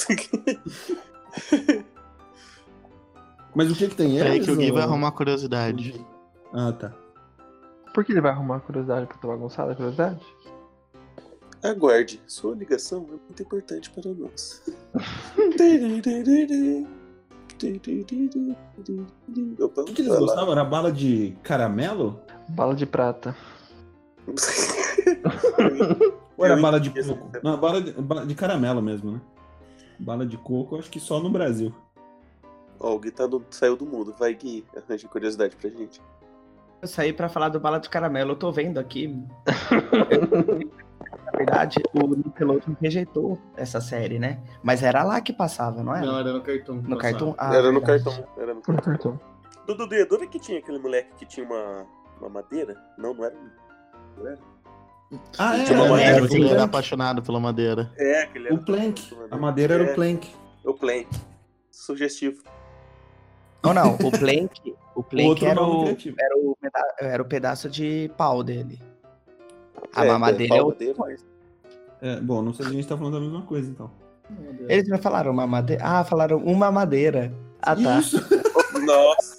Mas o que tem? Peraí que o Gui vai arrumar curiosidade. Ah, tá. Por que ele vai arrumar curiosidade pra tomar bagunçada a curiosidade? Aguarde, sua ligação é muito importante para nós. Opa, o que eles gostavam? Era bala de caramelo? Bala de prata. Ou era bala de coco? Não, bala de caramelo mesmo, né? Bala de coco, acho que só no Brasil. O Gui saiu do mundo. Vai, Gui, arranja curiosidade pra gente. Eu saí pra falar do Bala de Caramelo, eu tô vendo aqui. Na verdade, o Nickelodeon rejeitou essa série, né? Mas era lá que passava, não era? Não, era no Cartoon. No Cartoon? Era no Cartoon. Dudu e Edu que tinha aquele moleque que tinha uma madeira? Não era? Não era? Ah, Ele era apaixonado pela madeira. Aquele era o Plank. A madeira era o Plank. O Plank. Sugestivo. Não. O Plank era o pedaço de pau dele. A mamadeira é o... Bom, não sei se a gente tá falando da mesma coisa, então. Eles não falaram mamadeira? Ah, falaram uma madeira. Ah, tá. Isso. Nossa.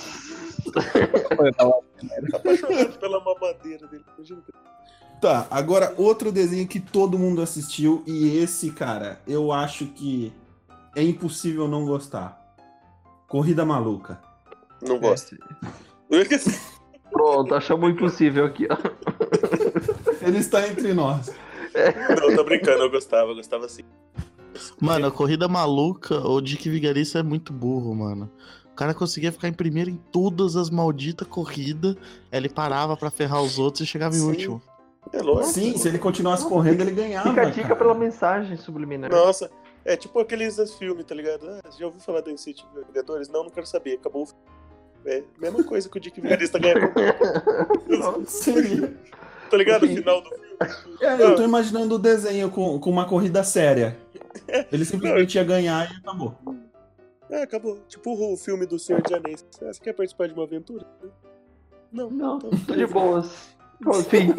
Apaixonado pela mamadeira dele. Tá, agora outro desenho que todo mundo assistiu, e esse, cara, eu acho que é impossível não gostar. Corrida Maluca. Não gosto. Pronto, achamos impossível aqui, ó. Ele está entre nós. Não, tô brincando, eu gostava sim. Mano, a corrida maluca, o Dick Vigarista é muito burro, mano. O cara conseguia ficar em primeiro em todas as malditas corridas, ele parava pra ferrar os outros e chegava em último. É lógico. Sim, se ele continuasse correndo, ele ganhava. Fica a dica cara. pela mensagem subliminar. Nossa, é tipo aqueles filmes, tá ligado? Já ouviu falar do City Vingadores? Não quero saber, acabou o filme. É a mesma coisa que o Dick Vigarista ganha. Seria. Tá ligado? O final do filme. Eu tô imaginando o desenho com uma corrida séria. Ele simplesmente ia ganhar e acabou. Acabou. Tipo o filme do Senhor de Anéis. Você quer participar de uma aventura? Não. Não, então, tô de boas. Enfim.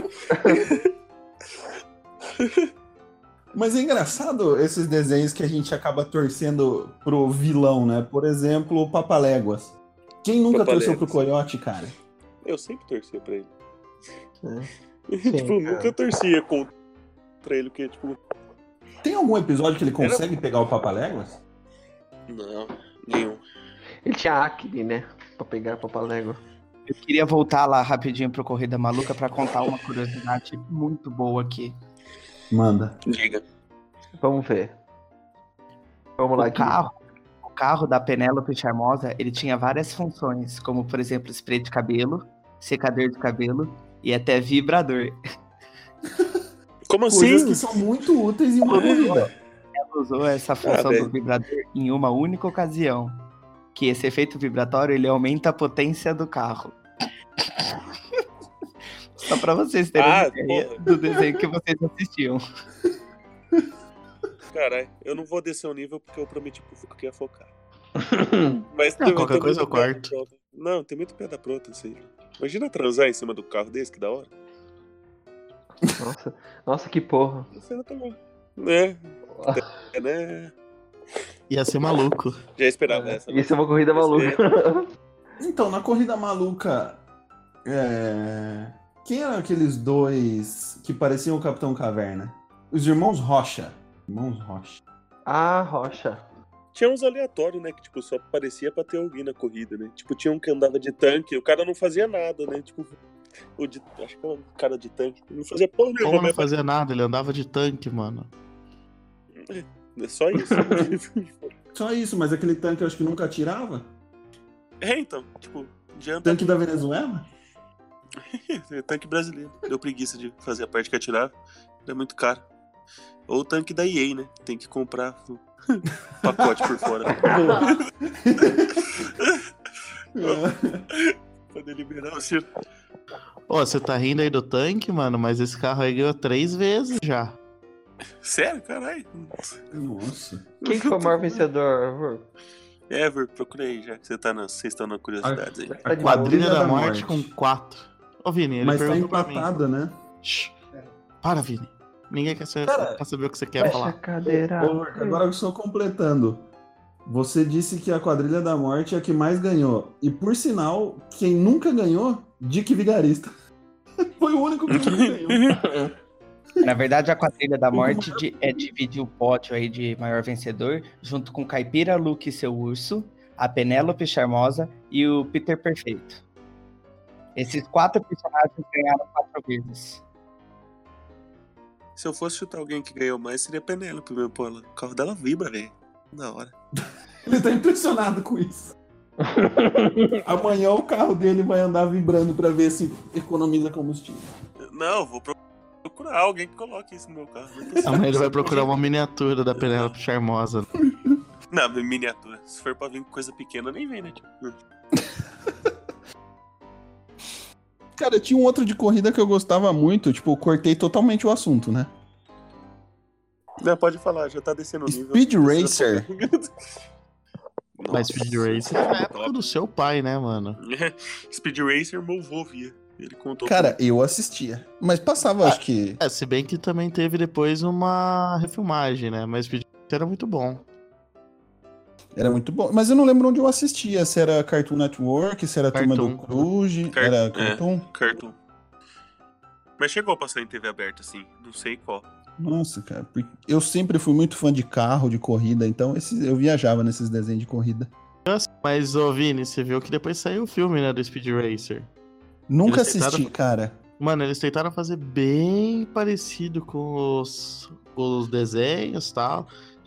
Mas é engraçado esses desenhos que a gente acaba torcendo pro vilão, né? Por exemplo, o Papaléguas. Quem nunca Papaléguas. torceu pro Coyote, cara? Eu sempre torcia pra ele. Sim, tipo, nunca torcia contra ele, porque, tipo... Tem algum episódio que ele consegue pegar o Papaléguas? Não, nenhum. Ele tinha acne, né? Pra pegar Papalégua. Eu queria voltar lá rapidinho pro Corrida Maluca pra contar uma curiosidade muito boa aqui. Manda. Diga. Vamos ver. Vamos lá, O carro da Penélope Charmosa, ele tinha várias funções, como, por exemplo, spray de cabelo, secador de cabelo e até vibrador. Como Coisas assim? que são muito úteis em uma corrida. Ela usou essa função do vibrador em uma única ocasião, que esse efeito vibratório, ele aumenta a potência do carro. Só pra vocês terem ideia do desenho que vocês assistiam. Caralho, eu não vou descer o nível porque eu prometi pro Fuca que ia focar. Mas qualquer coisa eu corto. Não, tem muito piada pronta isso aí. Imagina transar em cima do carro desse, que da hora. Nossa, que porra. Você não tá bom. Né? Né? Ia ser maluco. Já esperava essa. Isso é uma corrida maluca. Então, na corrida maluca, quem eram aqueles dois que pareciam o Capitão Caverna? Os irmãos Rocha. Ah, Rocha. Tinha uns aleatórios, né? Que tipo, só parecia pra ter alguém na corrida, né? Tipo, tinha um que andava de tanque, o cara não fazia nada, né? Tipo, acho que era um cara de tanque. Não fazia porra nenhuma. Como não fazia nada, ele andava de tanque, mano. É só isso. Só isso, mas aquele tanque eu acho que nunca atirava. Então, tipo, Tanque da Venezuela? Tanque brasileiro. Deu preguiça de fazer a parte que atirava. É muito caro. Ou o tanque da EA, né? Tem que comprar pacote por fora. Poder liberar o Ciro. Você tá rindo aí do tanque, mano, mas esse carro aí ganhou 3 vezes já. Sério? Caralho. Nossa. Quem foi o maior vencedor? Ever, procurei já que vocês estão na curiosidade aí. A Quadrilha da Morte com 4. Ô, Vini, ele mas tá perguntou pra mim. empatada, né? Shhh. Para, Vini. Ninguém quer saber o que você quer Fecha falar. a cadeira. Agora eu estou completando. Você disse que a Quadrilha da Morte é a que mais ganhou. E por sinal, quem nunca ganhou, Dick Vigarista. Foi o único que nunca ganhou. Na verdade, a Quadrilha da Morte divide o pódio aí de maior vencedor, junto com Caipira, Luke e seu urso, a Penélope Charmosa e o Peter Perfeito. Esses 4 personagens ganharam 4 vezes. Se eu fosse chutar alguém que ganhou mais, seria a Penélope mesmo. Pô, o carro dela vibra, velho. Da hora. Ele tá impressionado com isso. Amanhã o carro dele vai andar vibrando pra ver se economiza combustível. Não, vou procurar alguém que coloque isso no meu carro. Amanhã ele vai procurar uma miniatura da Penélope Charmosa. Não, miniatura. Se for pra vir com coisa pequena, nem vem, né? Tipo. Cara, tinha um outro de corrida que eu gostava muito, tipo, eu cortei totalmente o assunto, né? Não, pode falar, já tá descendo o nível. Speed Racer. Mas Speed Racer é na época do seu pai, né, mano? Racer, meu avô via. Ele contou. Cara, eu assistia. Mas passava, acho que... Se bem que também teve depois uma refilmagem, né? Mas Speed Racer era muito bom. Era muito bom. Mas eu não lembro onde eu assistia. Se era Cartoon Network, se era Turma do Cruz. Era Cartoon? Cartoon. Mas chegou a passar em TV aberta, assim. Não sei qual. Nossa, cara. Eu sempre fui muito fã de carro, de corrida. Então eu viajava nesses desenhos de corrida. Mas, ô Vini, você viu que depois saiu o filme, né, do Speed Racer. Nunca assisti, cara. Mano, eles tentaram fazer bem parecido com os desenhos e tal.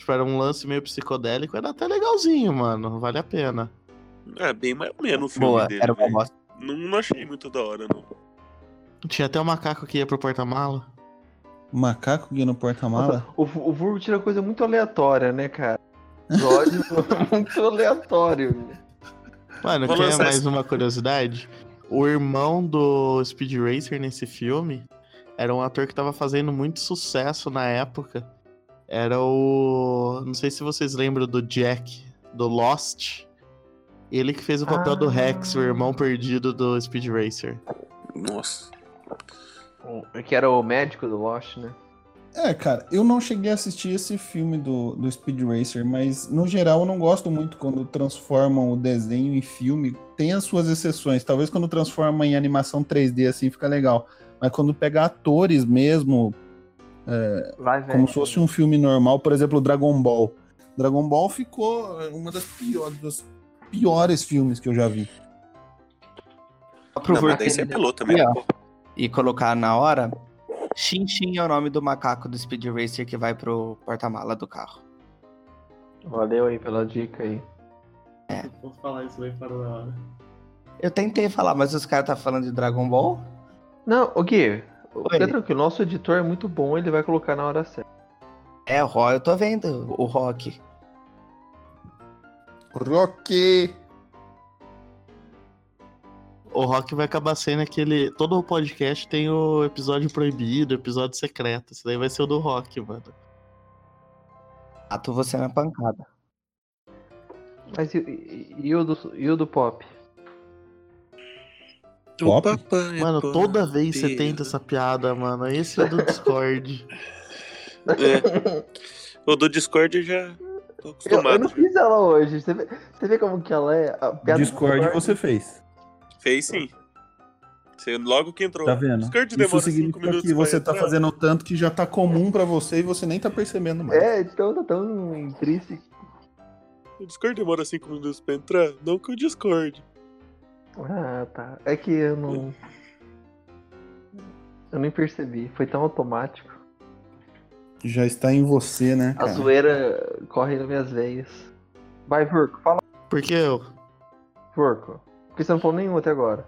Tipo, era um lance meio psicodélico, era até legalzinho, mano. Vale a pena. É, bem mais ou menos o filme Boa, dele. era uma velho. bosta. Não achei muito da hora, não. Tinha até o macaco que ia pro porta-mala. O macaco que ia no porta-mala? O Vurgo tira coisa muito aleatória, né, cara? Episódio muito aleatório. Mano, Vou quer lançar mais esse- uma curiosidade? O irmão do Speed Racer nesse filme era um ator que tava fazendo muito sucesso na época. Era o... Não sei se vocês lembram do Jack, do Lost. Ele que fez o papel do Rex, o irmão perdido do Speed Racer. Nossa. Que era o médico do Lost, né? É, cara, eu não cheguei a assistir esse filme do Speed Racer, mas no geral eu não gosto muito quando transformam o desenho em filme. Tem as suas exceções, talvez quando transforma em animação 3D assim fica legal. Mas quando pega atores mesmo, como se fosse um filme normal, por exemplo, Dragon Ball. Dragon Ball ficou uma dos piores filmes que eu já vi. Não, mas daí você apelou também. Aí, ó. Pô. E colocar na hora, Xin Xin é o nome do macaco do Speed Racer que vai pro porta-mala do carro. Valeu aí pela dica aí. Vou falar isso bem para da hora. Eu tentei falar, mas os caras tá falando de Dragon Ball? Não, o Gui, Oi. fica tranquilo, nosso editor é muito bom, ele vai colocar na hora certa. É, o Rock, eu tô vendo o Rock. Rock! O Rock vai acabar sendo aquele... Todo o podcast tem o episódio proibido, episódio secreto. Esse daí vai ser o do Rock, mano. Ato você na pancada. Mas e o do Pop? O Pop? papai é Mano, toda vez você pop. tenta essa piada, mano. Esse é do Discord. É. O do Discord eu já tô Eu acostumado. não fiz ela hoje, você vê como que ela é? A piada do Discord você fez. Fez sim. Você logo que entrou. Tá vendo? Discord Isso demora 5 significa minutos que você pra tá entrar. fazendo tanto que já tá comum pra você e você nem tá percebendo mais. É, então tá tão intrínseco. O Discord demora 5 minutos pra entrar? Não que o Discord. Ah, tá. É que eu não. Eu nem percebi, foi tão automático. Já está em você, né, A cara? zoeira corre nas minhas veias. Vai, Vurco, fala, Porque eu... Vurco. Porque você não falou nenhum até agora.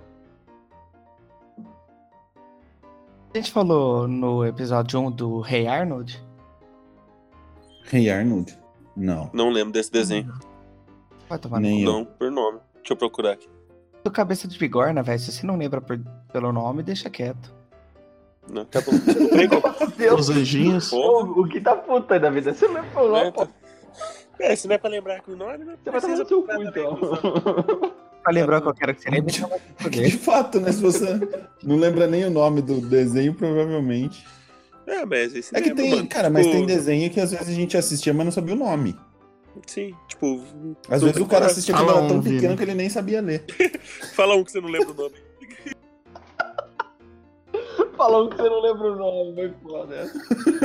A gente falou no episódio 1 do Rei Arnold. Hey Arnold? Não. Não lembro desse desenho. Vai tomar Nem eu. Não, por nome. Deixa eu procurar aqui. do Cabeça de Bigorna, velho. Se você não lembra pelo nome, deixa quieto. Não, tá bom. Bem, Os anjinhos. Porra. O que tá puta aí da vida? Você não lembra, pô. Se não é pra lembrar com o nome, não Você vai tomar precisa no seu cu, procurar também, então. Pra lembrar que eu quero que você lembre, então vai se De fuder. fato, né? Se você não lembra nem o nome do desenho, provavelmente. É, mas esse É que lembra, tem, mano. cara, mas Tipo, tem desenho que às vezes a gente assistia, mas não sabia o nome. Sim, tipo. Às não vezes o cara assistia quando Fala era tão um, Vini. pequeno que ele nem sabia ler. Fala um que você não lembra o nome. Falando que você não lembra o nome, vai pular dessa.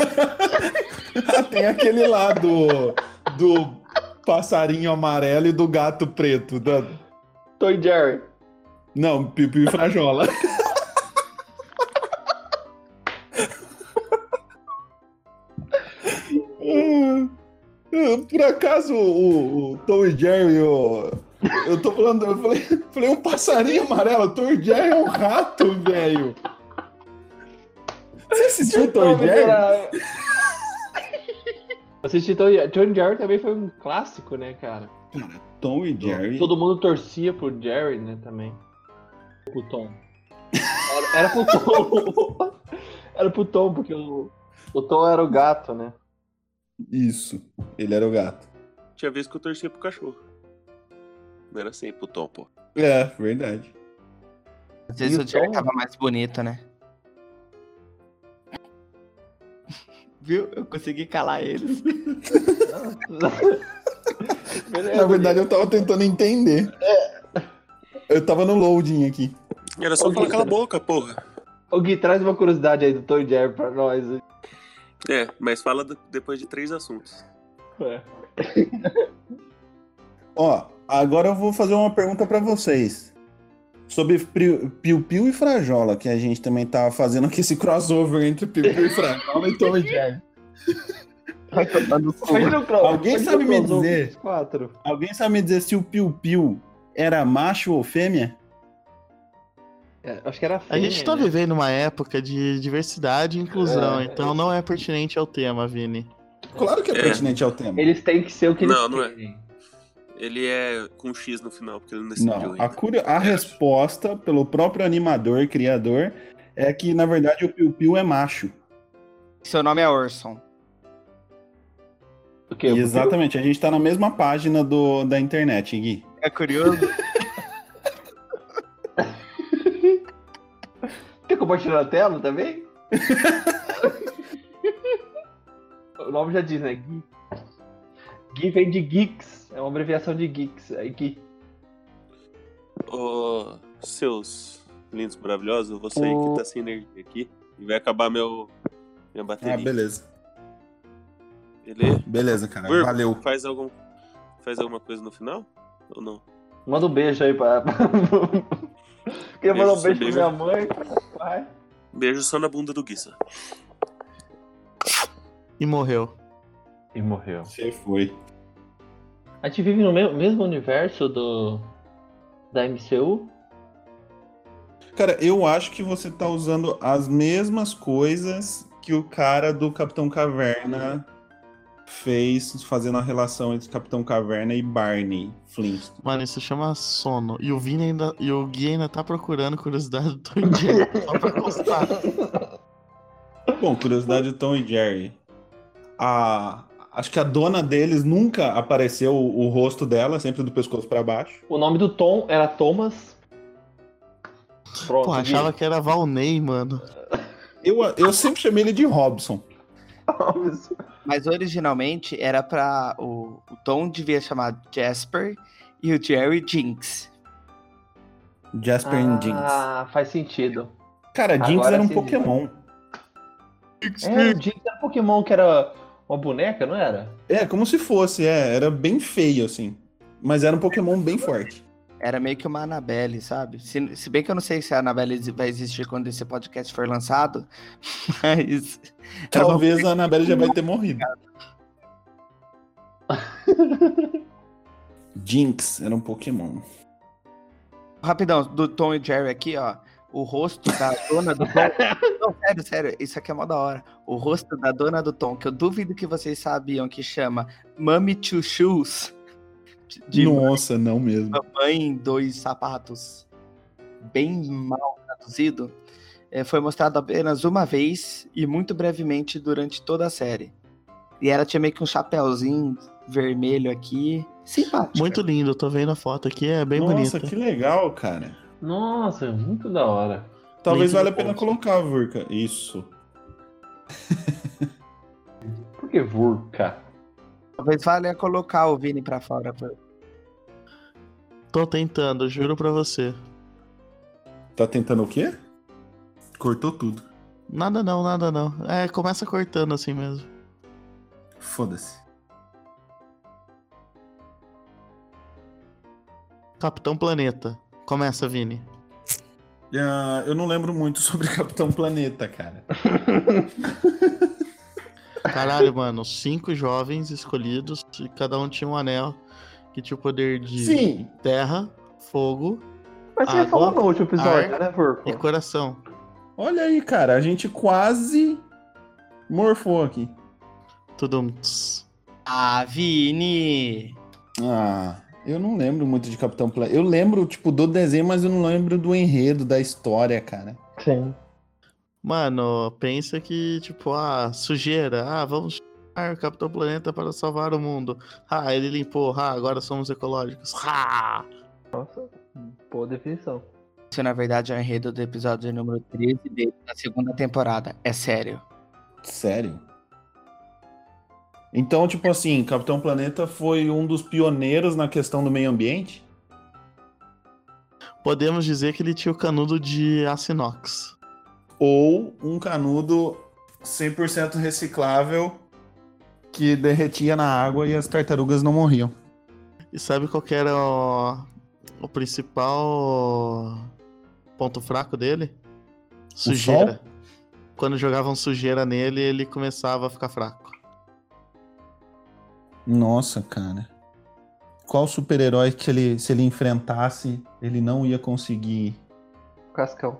Tem aquele lá do passarinho amarelo e do gato preto. Toy Jerry. Não, Pipi e Frajola. Por acaso o Tom e Jerry, eu tô falando, eu falei um passarinho amarelo, o Tom e Jerry é um rato, velho. Você assistiu o Tom e Jerry? Assisti Tom e Jerry também foi um clássico, né, cara? Tom e Jerry. Todo mundo torcia pro Jerry, né, também. Pro Tom. Era pro Tom. Era pro Tom, porque o Tom era o gato, né? Isso, ele era o gato. Tinha vez que eu torcia pro cachorro. Não era assim pro Tom, pô. É, verdade. Às vezes E o o Jerry Tom? tava mais bonito, né? Viu? Eu consegui calar eles. Na verdade, eu tava tentando entender. Eu tava no loading aqui. Era só falar cala a boca, porra. Ô Gui, traz uma curiosidade aí do Tom e Jerry pra nós. É, mas fala depois de 3 assuntos. É. Ó, agora eu vou fazer uma pergunta pra vocês. Sobre Piu Piu e Frajola, que a gente também tava fazendo aqui esse crossover entre Piu Piu e Frajola e Tom e Jerry. Vai tomar no cu. Imagina o Clone. Alguém Imagina sabe o me Clone Wars dizer? 4. Alguém sabe me dizer se o Piu Piu era macho ou fêmea? Acho que era A fêmea, gente tá né? vivendo uma época de diversidade e inclusão, então não é pertinente ao tema, Vini. Claro que é pertinente ao tema. Eles têm que ser o que eles Não é. querem. Ele é com X no final, porque ele não decidiu Não, ainda. a resposta pelo próprio animador, criador, é que, na verdade, o Piu Piu é macho. Seu nome é Orson. O quê? Exatamente, a gente tá na mesma página da internet, Gui. É curioso? Quer compartilhar a tela também? O nome já diz, né? Gui. Gui vem de Geeks. É uma abreviação de Geeks. É Gui. Ô, seus lindos maravilhosos, eu vou sair que tá sem energia aqui. E vai acabar minha bateria. Ah, beleza. Beleza? Beleza, cara. Burco, Valeu. faz alguma coisa no final? Ou não? Manda um beijo aí pra. Queria mandar um beijo pra Beijo. minha mãe. Pai. Beijo só na bunda do Guissa. E morreu. E morreu. Você foi. A gente vive no mesmo universo da MCU? Cara, eu acho que você tá usando as mesmas coisas que o cara do Capitão Caverna fez, fazendo a relação entre Capitão Caverna e Barney Flintstone. Mano, isso chama sono. E o Gui ainda tá procurando curiosidade do Tom e Jerry. Só pra constar. Bom, curiosidade do Tom e Jerry. Acho que a dona deles nunca apareceu o rosto dela, sempre do pescoço pra baixo. O nome do Tom era Thomas. Pronto. Pô, achava que era Valnei, mano. Eu sempre chamei ele de Robson. Mas originalmente era pra. O Tom devia chamar Jasper e o Jerry Jinx. Jasper e Jinx. Ah, faz sentido. Cara, Jinx agora era um sim. Pokémon. O Jinx era um Pokémon que era uma boneca, não era? É, como se fosse, era bem feio, assim. Mas era um Pokémon bem forte. Era meio que uma Annabelle, sabe? Se bem que eu não sei se a Annabelle vai existir quando esse podcast for lançado, mas... Talvez a Annabelle já vai ter morrido. Jinx era um Pokémon. Rapidão, do Tom e Jerry aqui, ó. O rosto da dona do Tom... Não, sério, isso aqui é mó da hora. O rosto da dona do Tom, que eu duvido que vocês sabiam que chama Mommy Two Shoes. Nossa, não mesmo. Mamãe Dois Sapatos. Bem mal traduzido. Foi mostrado apenas uma vez e muito brevemente durante toda a série. E ela tinha meio que um chapéuzinho vermelho aqui. Simpático. Muito lindo, tô vendo a foto aqui, é bem Nossa, bonita. que legal, cara. Nossa, muito da hora. Talvez Link valha no a pena post. colocar, Vurka. Isso. Por que Vurka? Talvez valha colocar o Vini pra fora. Tô tentando, juro pra você. Tá tentando o quê? Cortou tudo. Nada não. Começa cortando assim mesmo. Foda-se. Capitão Planeta. Começa, Vini. Eu não lembro muito sobre Capitão Planeta, cara. Caralho, mano. 5 jovens escolhidos e cada um tinha um anel que tinha o poder de Sim. terra, fogo Mas você Água, falou no último episódio, ar né, Vurko? e coração. Olha aí, cara. A gente quase morfou aqui. Tudo. Ah, Vini! Eu não lembro muito de Capitão Planeta. Eu lembro, tipo, do desenho, mas eu não lembro do enredo, da história, cara. Sim. Mano, pensa que, tipo, sujeira. Vamos chamar o Capitão Planeta para salvar o mundo. Ele limpou. Agora somos ecológicos. Nossa, boa definição. Isso, na verdade, é o enredo do episódio número 13 da segunda temporada. É sério. Sério? Então, tipo assim, Capitão Planeta foi um dos pioneiros na questão do meio ambiente? Podemos dizer que ele tinha o canudo de aço inox. Ou um canudo 100% reciclável que derretia na água e as tartarugas não morriam. E sabe qual que era o principal ponto fraco dele? Sujeira. sol? Quando jogavam sujeira nele, ele começava a ficar fraco. Nossa, cara. Qual super-herói que se ele enfrentasse, ele não ia conseguir? Cascão.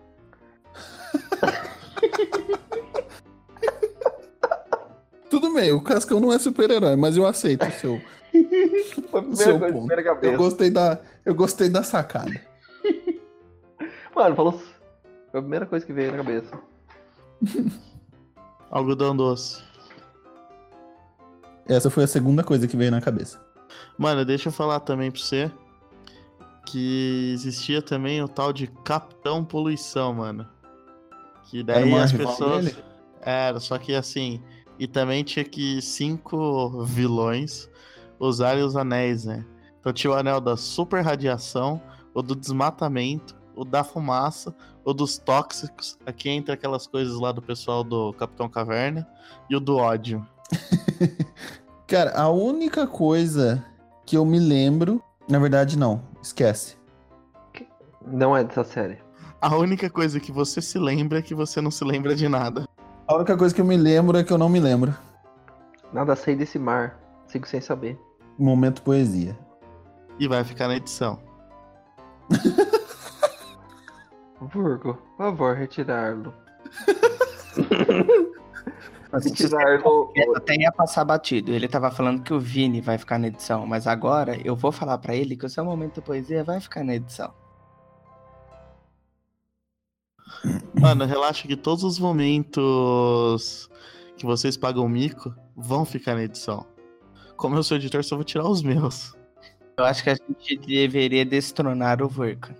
Tudo bem, o Cascão não é super-herói, mas eu aceito Foi a o seu primeira coisa que ponto. veio na cabeça. Eu gostei da sacada. Mano, falou. Foi a primeira coisa que veio na cabeça. Algodão doce. Essa foi a segunda coisa que veio na cabeça. Mano, deixa eu falar também pra você que existia também o tal de Capitão Poluição, mano. Que Era daí uma as rival pessoas... dele? Era, só que assim... E também tinha que 5 vilões usarem os anéis, né? Então tinha o anel da super radiação, o do desmatamento, o da fumaça, o dos tóxicos. Aqui entra aquelas coisas lá do pessoal do Capitão Caverna. E o do ódio. Cara, a única coisa que eu me lembro... Na verdade, não. Esquece. Não é dessa série. A única coisa que você se lembra é que você não se lembra de nada. A única coisa que eu me lembro é que eu não me lembro. Nada sei desse mar. Sigo sem saber. Momento poesia. E vai ficar na edição. Virgo, por favor, retirar-lo. Retirar-lo. Eu até ia passar batido. Ele tava falando que o Vini vai ficar na edição, mas agora eu vou falar pra ele que o seu momento poesia vai ficar na edição. Mano, relaxa que todos os momentos que vocês pagam mico vão ficar na edição. Como eu sou editor, só vou tirar os meus. Eu acho que a gente deveria destronar o Virgo.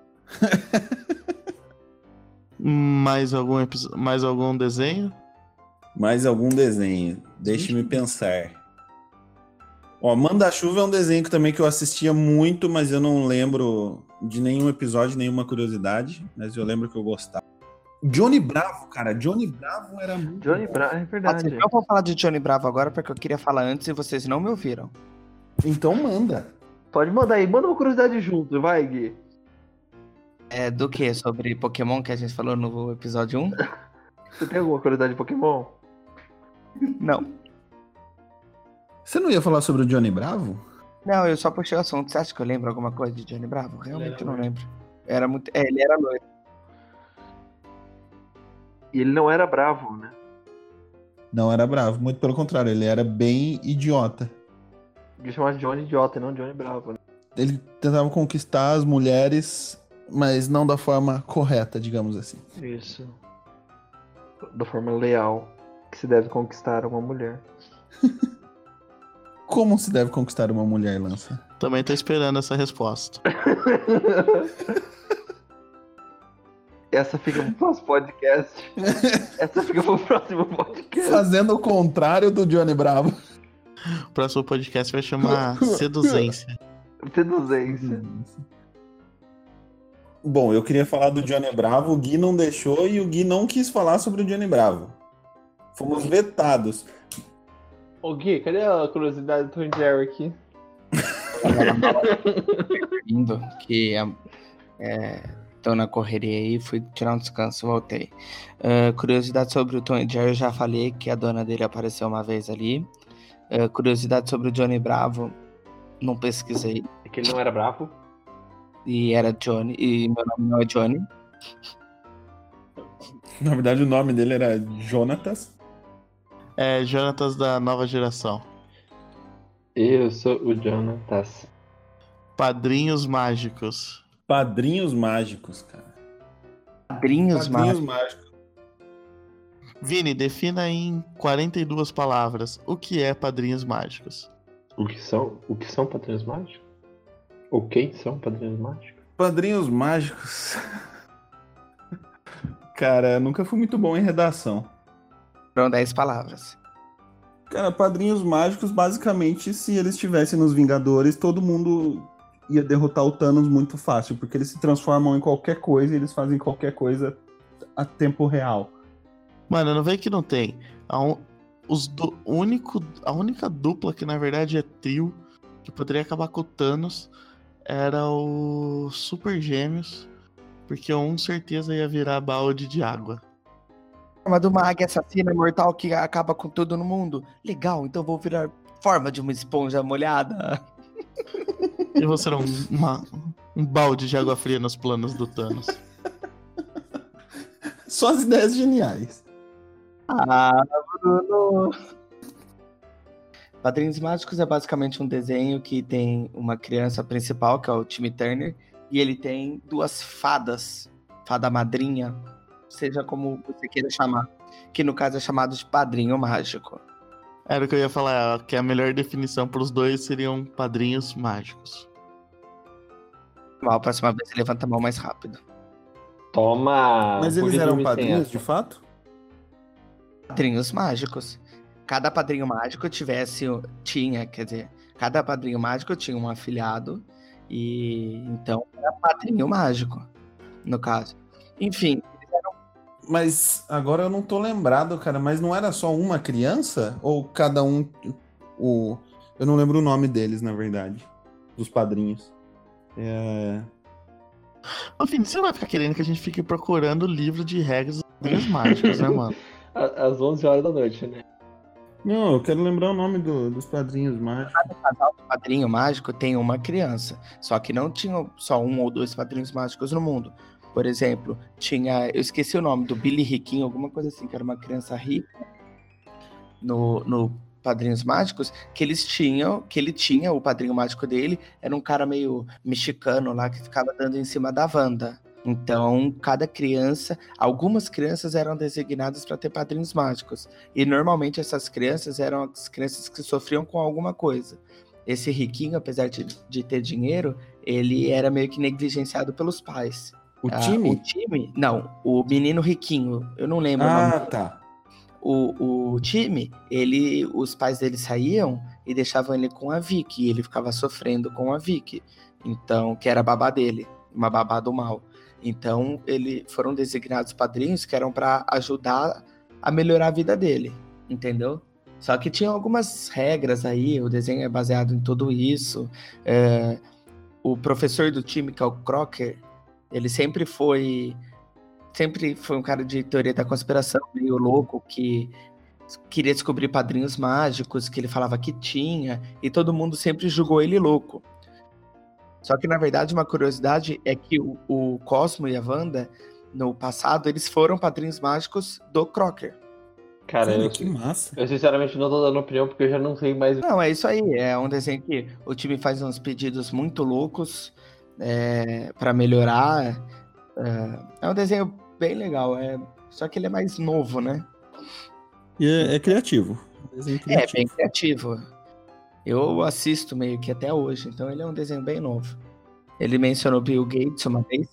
Mais algum desenho? Mais algum desenho? Deixe-me pensar. Ó, Manda-Chuva é um desenho também que eu assistia muito, mas eu não lembro de nenhum episódio, nenhuma curiosidade. Mas eu lembro que eu gostava. Johnny Bravo, cara. Johnny Bravo era muito Johnny bom. Bravo, é verdade. Eu vou falar de Johnny Bravo agora porque eu queria falar antes e vocês não me ouviram. Então manda. Pode mandar aí, manda uma curiosidade junto, vai, Gui. É do que? Sobre Pokémon que a gente falou no episódio 1? Você tem alguma curiosidade de Pokémon? Não. Você não ia falar sobre o Johnny Bravo? Não, eu só puxei o assunto. Você acha que eu lembro alguma coisa de Johnny Bravo? Realmente não lembro. Era muito. Ele era loiro. E ele não era bravo, né? Não era bravo, muito pelo contrário, ele era bem idiota. Devia chamar de Johnny idiota, não Johnny bravo, né? Ele tentava conquistar as mulheres, mas não da forma correta, digamos assim. Isso. Da forma leal que se deve conquistar uma mulher. Como se deve conquistar uma mulher, Lança? Também tô esperando essa resposta. Essa fica pro próximo podcast. Essa fica pro próximo podcast. Fazendo o contrário do Johnny Bravo. O próximo podcast vai chamar Seduzência. Seduzência. Bom, eu queria falar do Johnny Bravo, o Gui não deixou e o Gui não quis falar sobre o Johnny Bravo. Fomos vetados. Ô Gui, cadê a curiosidade do Tom e Jerry aqui? Lindo, que tô na correria aí, fui tirar um descanso, voltei. Curiosidade sobre o Tom e Jerry, eu já falei que a dona dele apareceu uma vez ali. Curiosidade sobre o Johnny Bravo, não pesquisei. É que ele não era bravo? E era Johnny, e meu nome não é Johnny. Na verdade, o nome dele era Jonatas. É, Jonatas da nova geração. Eu sou o Jonatas. Padrinhos mágicos. Padrinhos mágicos, cara. Padrinhos mágicos. Vini, defina em 42 palavras o que é padrinhos mágicos. O que são padrinhos mágicos? Ou quem são padrinhos mágicos? Padrinhos mágicos. Cara, nunca fui muito bom em redação. Foram 10 palavras. Cara, padrinhos mágicos, basicamente, se eles estivessem nos Vingadores, todo mundo ia derrotar o Thanos muito fácil, porque eles se transformam em qualquer coisa e eles fazem qualquer coisa a tempo real. Mano, não vem que não tem. A única dupla que na verdade é trio, que poderia acabar com o Thanos, era o Super Gêmeos, porque um certeza ia virar balde de água. Forma de uma águia assassina imortal que acaba com tudo no mundo. Legal, então vou virar forma de uma esponja molhada. E você era um balde de água fria nos planos do Thanos. Só as ideias geniais. Bruno! Padrinhos Mágicos é basicamente um desenho que tem uma criança principal, que é o Timmy Turner, e ele tem 2 fadas, fada madrinha, seja como você queira chamar, que no caso é chamado de padrinho mágico. Era o que eu ia falar, que a melhor definição para os dois seriam padrinhos mágicos. A próxima vez você levanta a mão mais rápido. Toma! Mas eles Pode eram dormir sem padrinhos, essa. de fato? Padrinhos mágicos. Cada padrinho mágico cada padrinho mágico tinha um afilhado, e então era padrinho mágico, no caso. Enfim, Mas agora eu não tô lembrado, cara. Mas não era só uma criança? Ou cada um... Eu não lembro o nome deles, na verdade. Dos padrinhos. Ô, Vini, você não vai ficar querendo que a gente fique procurando o livro de regras dos padrinhos mágicos, né, mano? Às 11 horas da noite, né? Não, eu quero lembrar o nome dos padrinhos mágicos. cada casal de padrinho mágico tem uma criança. Só que não tinha só 1 ou 2 padrinhos mágicos no mundo. Por exemplo, eu esqueci o nome do Billy Riquinho, alguma coisa assim, que era uma criança rica no Padrinhos Mágicos, que ele tinha, o padrinho mágico dele, era um cara meio mexicano lá, que ficava dando em cima da Wanda. Então, algumas crianças eram designadas para ter padrinhos mágicos. E normalmente essas crianças eram as crianças que sofriam com alguma coisa. Esse riquinho, apesar de ter dinheiro, ele era meio que negligenciado pelos pais. O time? O time? Não, o menino riquinho. Eu não lembro o nome. Ah, tá. O time, os pais dele saíam e deixavam ele com a Vicky. E ele ficava sofrendo com a Vicky. Então, que era a babá dele. Uma babá do mal. Então, foram designados padrinhos que eram para ajudar a melhorar a vida dele. Entendeu? Só que tinha algumas regras aí. O desenho é baseado em tudo isso. O professor do time, que é o Crocker, ele sempre foi um cara de teoria da conspiração, meio louco, que queria descobrir padrinhos mágicos, que ele falava que tinha, e todo mundo sempre julgou ele louco. Só que, na verdade, uma curiosidade é que o Cosmo e a Wanda, no passado, eles foram padrinhos mágicos do Crocker. Cara, Que massa. eu sinceramente não tô dando opinião porque eu já não sei mais. Não, é isso aí. É um desenho que o time faz uns pedidos muito loucos para melhorar. É um desenho bem legal, só que ele é mais novo, né? E é criativo. Desenho criativo. É bem criativo. Eu assisto meio que até hoje, então ele é um desenho bem novo. Ele mencionou Bill Gates uma vez,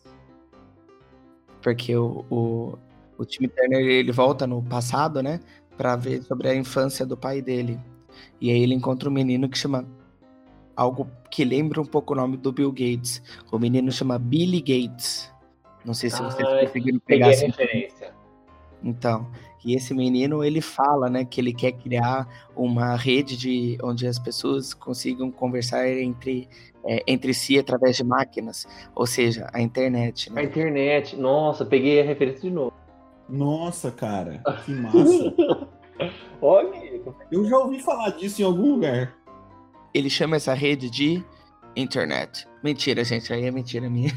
porque o Timmy Turner, ele volta no passado, né, pra ver sobre a infância do pai dele. E aí ele encontra um menino que chama algo que lembra um pouco o nome do Bill Gates. O menino chama Billy Gates. Não sei se vocês conseguiram pegar Peguei a essa referência. Então, e esse menino, ele fala, né, que ele quer criar uma rede onde as pessoas consigam conversar entre si através de máquinas, ou seja, a internet, né? A internet, nossa, peguei a referência de novo. Nossa, cara, que massa. Olha, Eu já ouvi falar disso em algum lugar. Ele chama essa rede de internet. Mentira, gente, aí é mentira minha.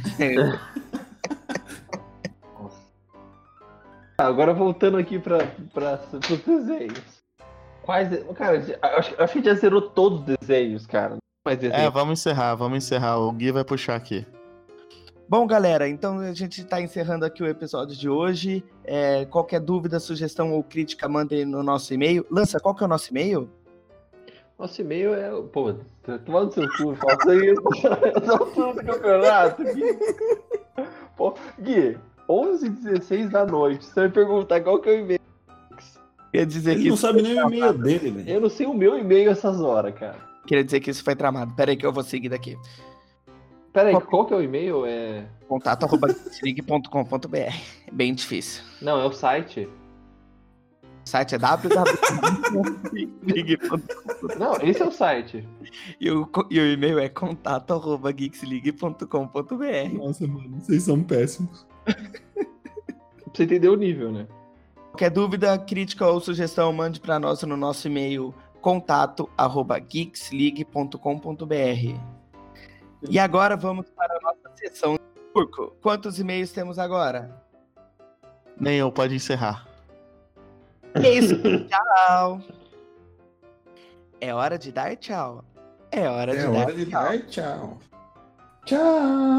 agora voltando aqui para os desenhos. Quais. Cara, acho que já zerou todos os desenhos, cara. Mais desenho. Vamos encerrar. O Gui vai puxar aqui. Bom, galera, então a gente está encerrando aqui o episódio de hoje. Qualquer dúvida, sugestão ou crítica, mandem no nosso e-mail. Lança, qual que é o nosso e-mail? Nosso e-mail é. Pô, tomando seu cu, faça isso. Essa altura do campeonato, Gui. Pô, Gui, 11h16 da noite. Você vai perguntar qual que é o e-mail. Quer dizer Ele que não isso sabe foi nem o e-mail tramado. dele, velho. Eu não sei o meu e-mail essas horas, cara. Queria dizer que isso foi tramado. Pera aí que eu vou seguir daqui. Pera aí, qual que é o e-mail? Contato@geeksleague.com.br. Bem difícil. Não, é o site. O site é www.geeksleague.com. Não, esse é o site. E o e-mail é contato@geeksleague.com.br. Nossa, mano, vocês são péssimos. Pra você entender o nível, né? Qualquer dúvida, crítica ou sugestão, mande para nós no nosso e-mail contato@geeksleague.com.br. E agora vamos para a nossa sessão. Turco, quantos e-mails temos agora? Nem eu, pode encerrar. É isso, tchau. É hora de dar tchau. É hora de dar tchau. Tchau. Tchau.